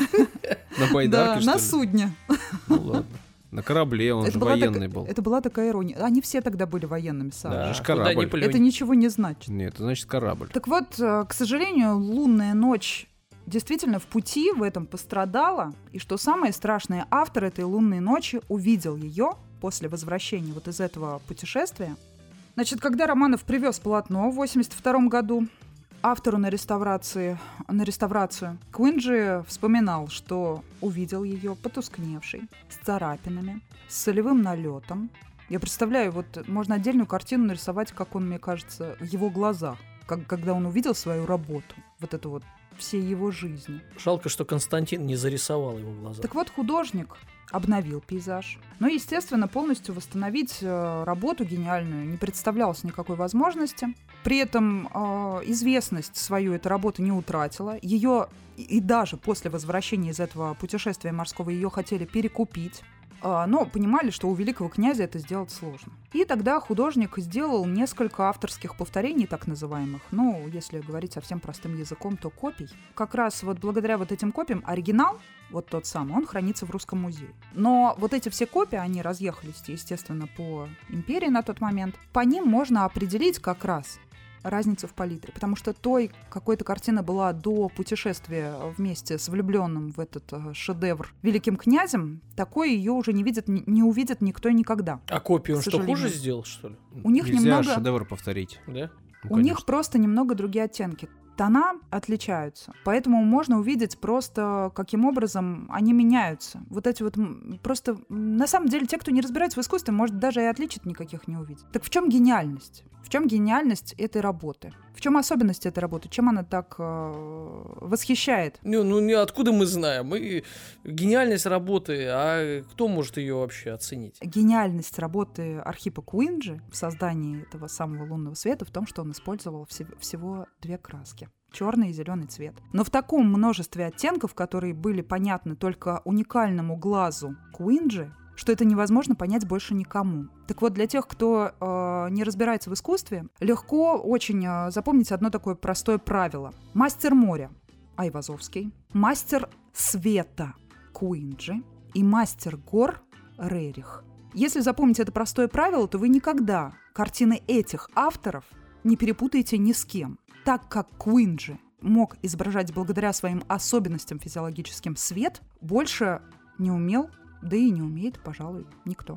На байдарке, что ли? На судне. Ну ладно. На корабле, он же военный был. Это была такая ирония. Они все тогда были военными, Саша. Да, это же корабль. Это ничего не значит. Нет, это значит корабль. Так вот, к сожалению, лунная ночь действительно в пути в этом пострадала. И что самое страшное, автор этой лунной ночи увидел ее после возвращения вот из этого путешествия. Значит, когда Романов привез полотно в восемьдесят втором году автору на, реставрации, на реставрацию, Куинджи вспоминал, что увидел ее потускневшей, с царапинами, с солевым налетом. Я представляю, вот можно отдельную картину нарисовать, как он, мне кажется, в его глазах, как, когда он увидел свою работу, вот это вот всей его жизни. Жалко, что Константин не зарисовал его в глазах. Так вот, художник обновил пейзаж. Но, естественно, полностью восстановить э, работу гениальную не представлялось никакой возможности. При этом э, известность свою эта работа не утратила. Ее и, и даже после возвращения из этого путешествия морского ее хотели перекупить. Э, но понимали, что у великого князя это сделать сложно. И тогда художник сделал несколько авторских повторений, так называемых. Ну, если говорить совсем простым языком, то копий. Как раз вот благодаря вот этим копиям оригинал, вот тот самый, он хранится в Русском музее. Но вот эти все копии, они разъехались, естественно, по империи на тот момент. По ним можно определить как раз разницу в палитре, потому что той какой-то картина была до путешествия вместе с влюбленным в этот э, шедевр великим князем, такой ее уже не видит, не, не увидит никто и никогда. А копию он что, хуже сделал, что ли? У них Нельзя немного... шедевр повторить. Да? Ну, у них просто немного другие оттенки. Тона отличаются, поэтому можно увидеть просто, каким образом они меняются. Вот эти вот просто... На самом деле, те, кто не разбирается в искусстве, может, даже и отличий никаких не увидеть. Так в чем гениальность? В чем гениальность этой работы? В чем особенность этой работы? Чем она так э, восхищает? Ну, ну, откуда мы знаем? Мы... Гениальность работы, а кто может ее вообще оценить? Гениальность работы Архипа Куинджи в создании этого самого лунного света в том, что он использовал вс- всего две краски. Черный и зеленый цвет. Но в таком множестве оттенков, которые были понятны только уникальному глазу Куинджи, что это невозможно понять больше никому. Так вот, для тех, кто э, не разбирается в искусстве, легко очень э, запомнить одно такое простое правило. Мастер моря Айвазовский, мастер света Куинджи и мастер гор Рерих. Если запомнить это простое правило, то вы никогда картины этих авторов не перепутаете ни с кем. Так как Куинджи мог изображать благодаря своим особенностям физиологическим свет, больше не умел, да и не умеет, пожалуй, никто.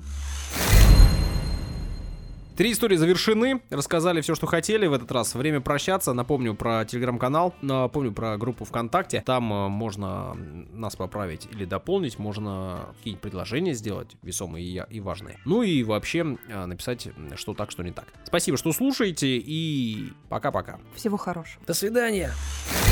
Три истории завершены, рассказали все, что хотели в этот раз. Время прощаться. Напомню про телеграм-канал, напомню про группу ВКонтакте. Там можно нас поправить или дополнить, можно какие-нибудь предложения сделать, весомые и, и важные. Ну и вообще написать, что так, что не так. Спасибо, что слушаете, и пока-пока. Всего хорошего. До свидания.